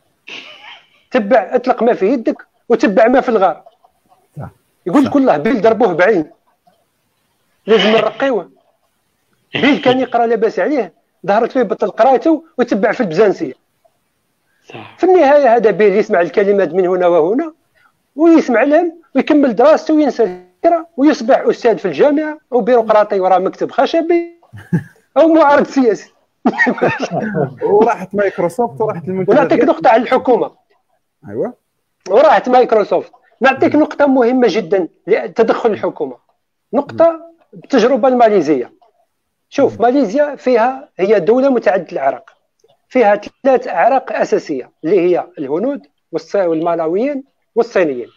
تبع اطلق ما في يدك وتبع ما في الغار. يقول لك والله بيل ضربوه بعين لازم نرقيوه. بيل كان يقرا لاباس عليه، ظهرت له يبطل قرايته ويتبع في البزانسيه. في النهايه هذا بيل يسمع الكلمات من هنا وهنا ويسمع لهم ويكمل دراسته وينسى الفكره ويصبح استاذ في الجامعه او بيروقراطي وراء مكتب خشبي او معارض سياسي. وراحت مايكروسوفت وراحت المنتجات. ونعطيك نقطه على الحكومه. ايوه. وراحت مايكروسوفت. نعطيك نقطه مهمه جدا لتدخل الحكومه، نقطه بالتجربه الماليزيه. شوف، ماليزيا فيها هي دوله متعدده الاعراق، فيها ثلاث اعراق اساسيه اللي هي الهنود والمالاويين والصينيين.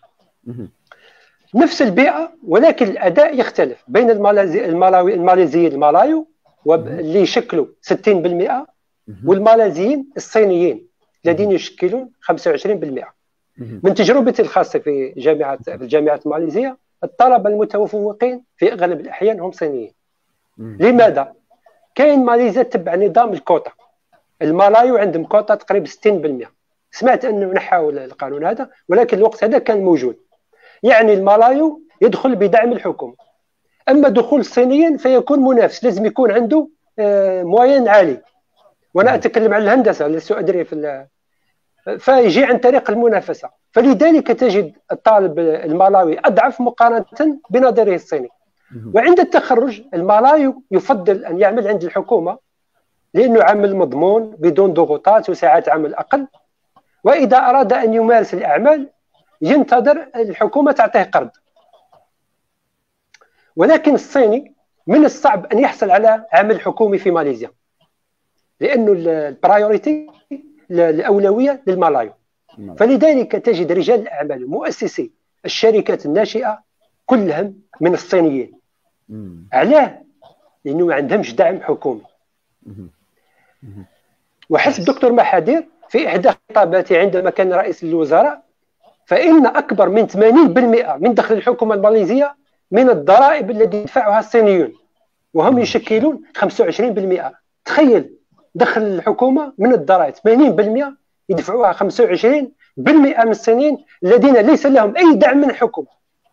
نفس البيئه ولكن الاداء يختلف بين الماليزي المالاوي الماليزيين المالايو اللي يشكلوا ستين بالمئة والماليزيين الصينيين الذين يشكلون خمسة وعشرين بالمئة. من تجربتي الخاصه في جامعه في الجامعات الماليزيه، الطلبه المتفوقين في اغلب الاحيان هم صينيين. لماذا؟ كاين ماليزيا تبع نظام الكوتا، المالايو عندهم كوتا تقريبا ستين بالمئة. سمعت انه نحاول القانون هذا ولكن الوقت هذا كان موجود، يعني المالايو يدخل بدعم الحكومه. اما دخول الصينيين فيكون منافس، لازم يكون عنده موين عالي، وانا اتكلم عن الهندسه لست ادري في، فيجي عن طريق المنافسه. فلذلك تجد الطالب المالاوي اضعف مقارنه بنظيره الصيني. وعند التخرج المالايو يفضل ان يعمل عند الحكومه لانه عمل مضمون بدون ضغوطات وساعات عمل اقل، واذا اراد ان يمارس الاعمال ينتظر الحكومه تعطيه قرض. ولكن الصيني من الصعب ان يحصل على عمل حكومي في ماليزيا لانه البرايوريتي الاولويه للمالايو. فلذلك تجد رجال الاعمال مؤسسي الشركات الناشئه كلهم من الصينيين. علاه؟ لانه ما عندهمش دعم حكومي. وحسب دكتور محادير في احدى خطاباته عندما كان رئيس الوزراء، فان اكبر من ثمانين بالمئة من دخل الحكومه الماليزيه من الضرائب التي يدفعها الصينيين، وهم يشكلون خمسة وعشرين بالمئة. تخيل، دخل الحكومه من الضرائب ثمانين بالمئة يدفعوها خمسة وعشرين بالمئة من الصينيين الذين ليس لهم اي دعم من الحكومه.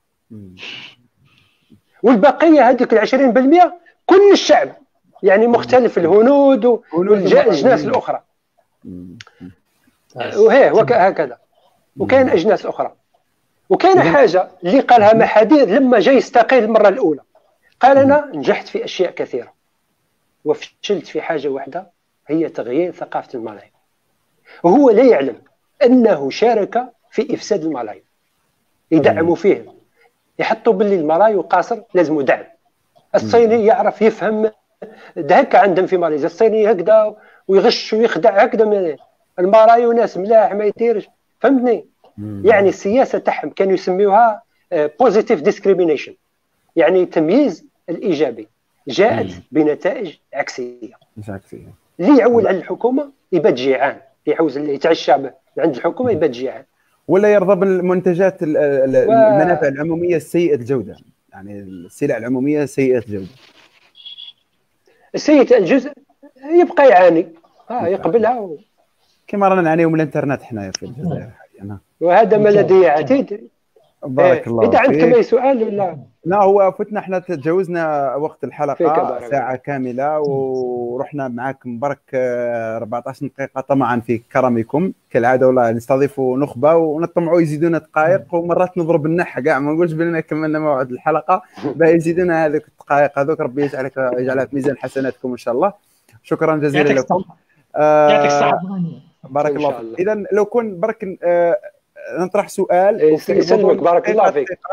والبقيه هذيك ال عشرين بالمئة كل الشعب، يعني مختلف الهنود والاجناس الاخرى. وهي وهكذا. وكاين اجناس اخرى. وكاين حاجه اللي قالها محادير لما جاي يستقيل المره الاولى، قال انا نجحت في اشياء كثيره وفشلت في حاجه واحده هي تغيير ثقافه المالايو. وهو لا يعلم انه شارك في افساد المالايو. يدعموا فيه، يحطوا باللي المالايو قاصر لازم دعم. الصيني يعرف يفهم، ده هكا عندهم في ماليزيا الصيني هكذا ويغش ويخدع هكذا. المالايو ناس ملاح ما يديرش، فهمتني؟ يعني السياسه تاعهم كانوا يسميوها بوزيتيف ديسكريمينيشن، يعني تمييز الايجابي جاءت بنتائج عكسيه. مش عكسيه. اللي يعول على الحكومه يبات جيعان، يحوز اللي يتعشى عند الحكومه يبات جيعان، ولا يرضى بالمنتجات المنافع العموميه السيئه الجوده، يعني السلع العموميه سيئه الجوده. السيئه الجزء يبقى يعاني، اه يقبلها و... كما رانا نعانيو من الانترنت حنايا في الجزائر حاليا. وهذا ما لدي عتيد. بارك الله فيك. اذا عندكم اي سؤال ولا؟ لا، هو فتنا احنا تجاوزنا وقت الحلقه ساعه كامله ورحنا معاكم برك أربعطاش دقيقه طمعا في كرمكم كالعاده. والله نستضيف نخبه ونطمعوا يزيدونا دقائق ومرات نضرب النحه كاع ما نقولش بلنا كملنا موعد الحلقه باه يزيدونا هذوك الدقائق هذوك. ربي يجعلك يجعلها في ميزان حسناتكم ان شاء الله. شكرا جزيلا لكم. يعطيك الصحه. بارك الله فيك. اذا لو كن برك آه نطرح سؤال يسلمك بارك الله فيك.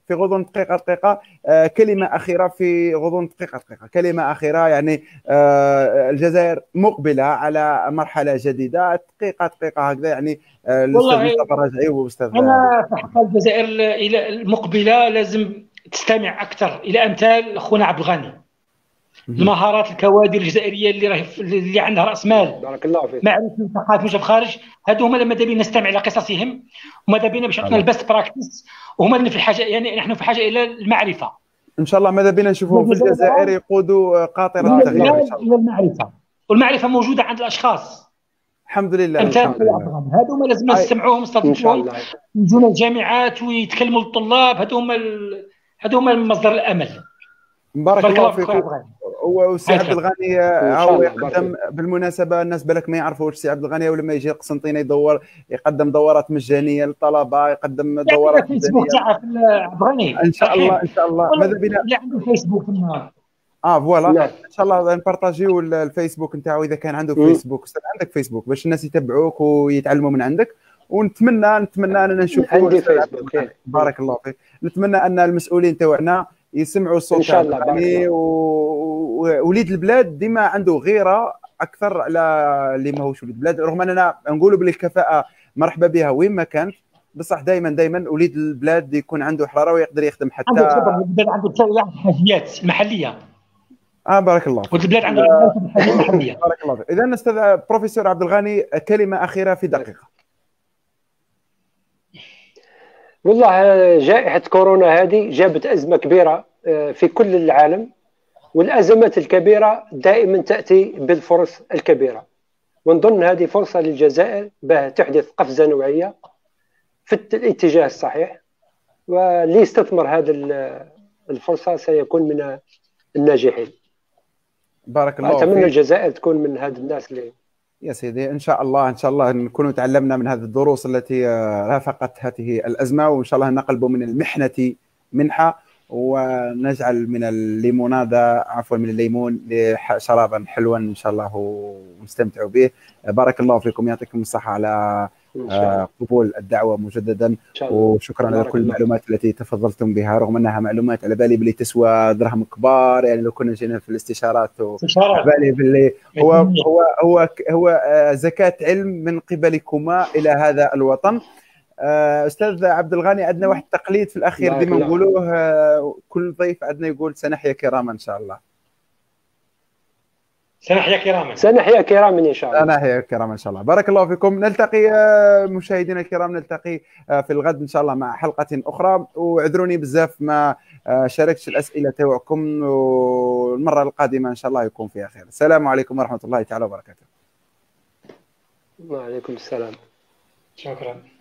في غضون دقيقه دقيقه. آه كلمه اخيره في غضون دقيقه دقيقه كلمه اخيره. يعني آه الجزائر مقبله على مرحله جديده، دقيقه دقيقه هكذا. يعني آه الاستاذ والله مصطفى الرجعي والاستاذ انا في حق الجزائر الى المقبله لازم تستمع اكثر الى امثال اخونا عبد الغني، المهارات الكوادر الجزائريه اللي راه اللي عندها راس مال، بارك الله فيك، معرفه ثقافات مش الخارج. هادو هما اللي ماذا بينا نستمع الى قصصهم، وماذا بينا باش يعطونا البست براكتس، وهما اللي في الحاجه، يعني نحن في حاجه الى المعرفه. ان شاء الله ماذا بينا نشوفهم في الجزائر يقودوا قاطره التغيير ان شاء الله. المعرفه والمعرفه موجوده عند الاشخاص. الحمد لله. امثال هادو هما لازم نستمعوهم نستضيفوهم، يجونا الجامعات ويتكلموا للطلاب. هادو هما ال... هادو هما مصدر الامل. بارك الله فيك. والسي عبد الغني هو يقدم بالمناسبه، الناس بالك ما يعرفوش السي عبد الغني، ولما يجي قسنطينه يدور يقدم دورات مجانيه للطلبه، يقدم دورات مجانيه. عبد الغني ان شاء الله ان شاء الله. ماذا بينا اللي عنده فيسبوك في النهار اه فوالا ان شاء الله نبارطاجيو الفيسبوك نتاعو اذا كان عنده فيسبوك. استاذ عندك فيسبوك باش الناس يتبعوك ويتعلموا من عندك، ونتمنى نتمنى اننا نشوفوا. بارك الله فيك. نتمنى ان المسؤولين تاعنا يسمعوا الصوت ان شاء الله. يعني ووليد البلاد ديما عنده غيره اكثر على اللي ماهوش وليد البلاد، رغم اننا نقولوا بلي الكفاءه مرحبا بها وين ما كانت، بصح دائما دائما وليد البلاد يكون عنده حراره ويقدر يخدم حتى عنده خبره. عنده حاجيات محليه. اه بارك الله فيك. البلاد عنده حاجيات محليه. بارك الله فيك. اذا استاذ بروفيسور عبد الغني كلمه اخيره في دقيقه. والله جائحه كورونا هذه جابت ازمه كبيره في كل العالم، والازمات الكبيره دائما تاتي بالفرص الكبيره، ونظن هذه فرصه للجزائر باه تحدث قفزه نوعيه في الاتجاه الصحيح، واللي يستثمر هذه الفرصه سيكون من الناجحين. بارك الله فيك. اتمنى الجزائر تكون من هاد الناس اللي يا سيدي ان شاء الله ان شاء الله نكون تعلمنا من هذه الدروس التي رافقت هذه الازمه، وان شاء الله نقلب من المحنه منحه، ونجعل من الليموناده عفوا من الليمون شرابا حلوا ان شاء الله ونستمتعوا به. بارك الله فيكم، يعطيكم الصحه على قبول الدعوه مجددا، وشكرا على كل المعلومات التي تفضلتم بها، رغم انها معلومات على بالي بلي تسوى درهم كبار. يعني لو كنا جينا في الاستشارات على بالي بلي هو هو هو هو زكاه علم من قبلكما الى هذا الوطن. استاذ عبد الغني، عندنا واحد التقليد في الاخير ديما نقولوه، كل ضيف عندنا يقول سنحيا كراما ان شاء الله. سنحيا كراما. سنحيا كراما ان شاء الله. سنحيا كراما ان شاء الله. بارك الله فيكم. نلتقي مشاهدينا الكرام، نلتقي في الغد ان شاء الله مع حلقه اخرى، واعذروني بزاف ما شاركتش الاسئله تاعكم، والمره القادمه ان شاء الله يكون فيها خير. السلام عليكم ورحمه الله تعالى وبركاته. وعليكم السلام. شكرا.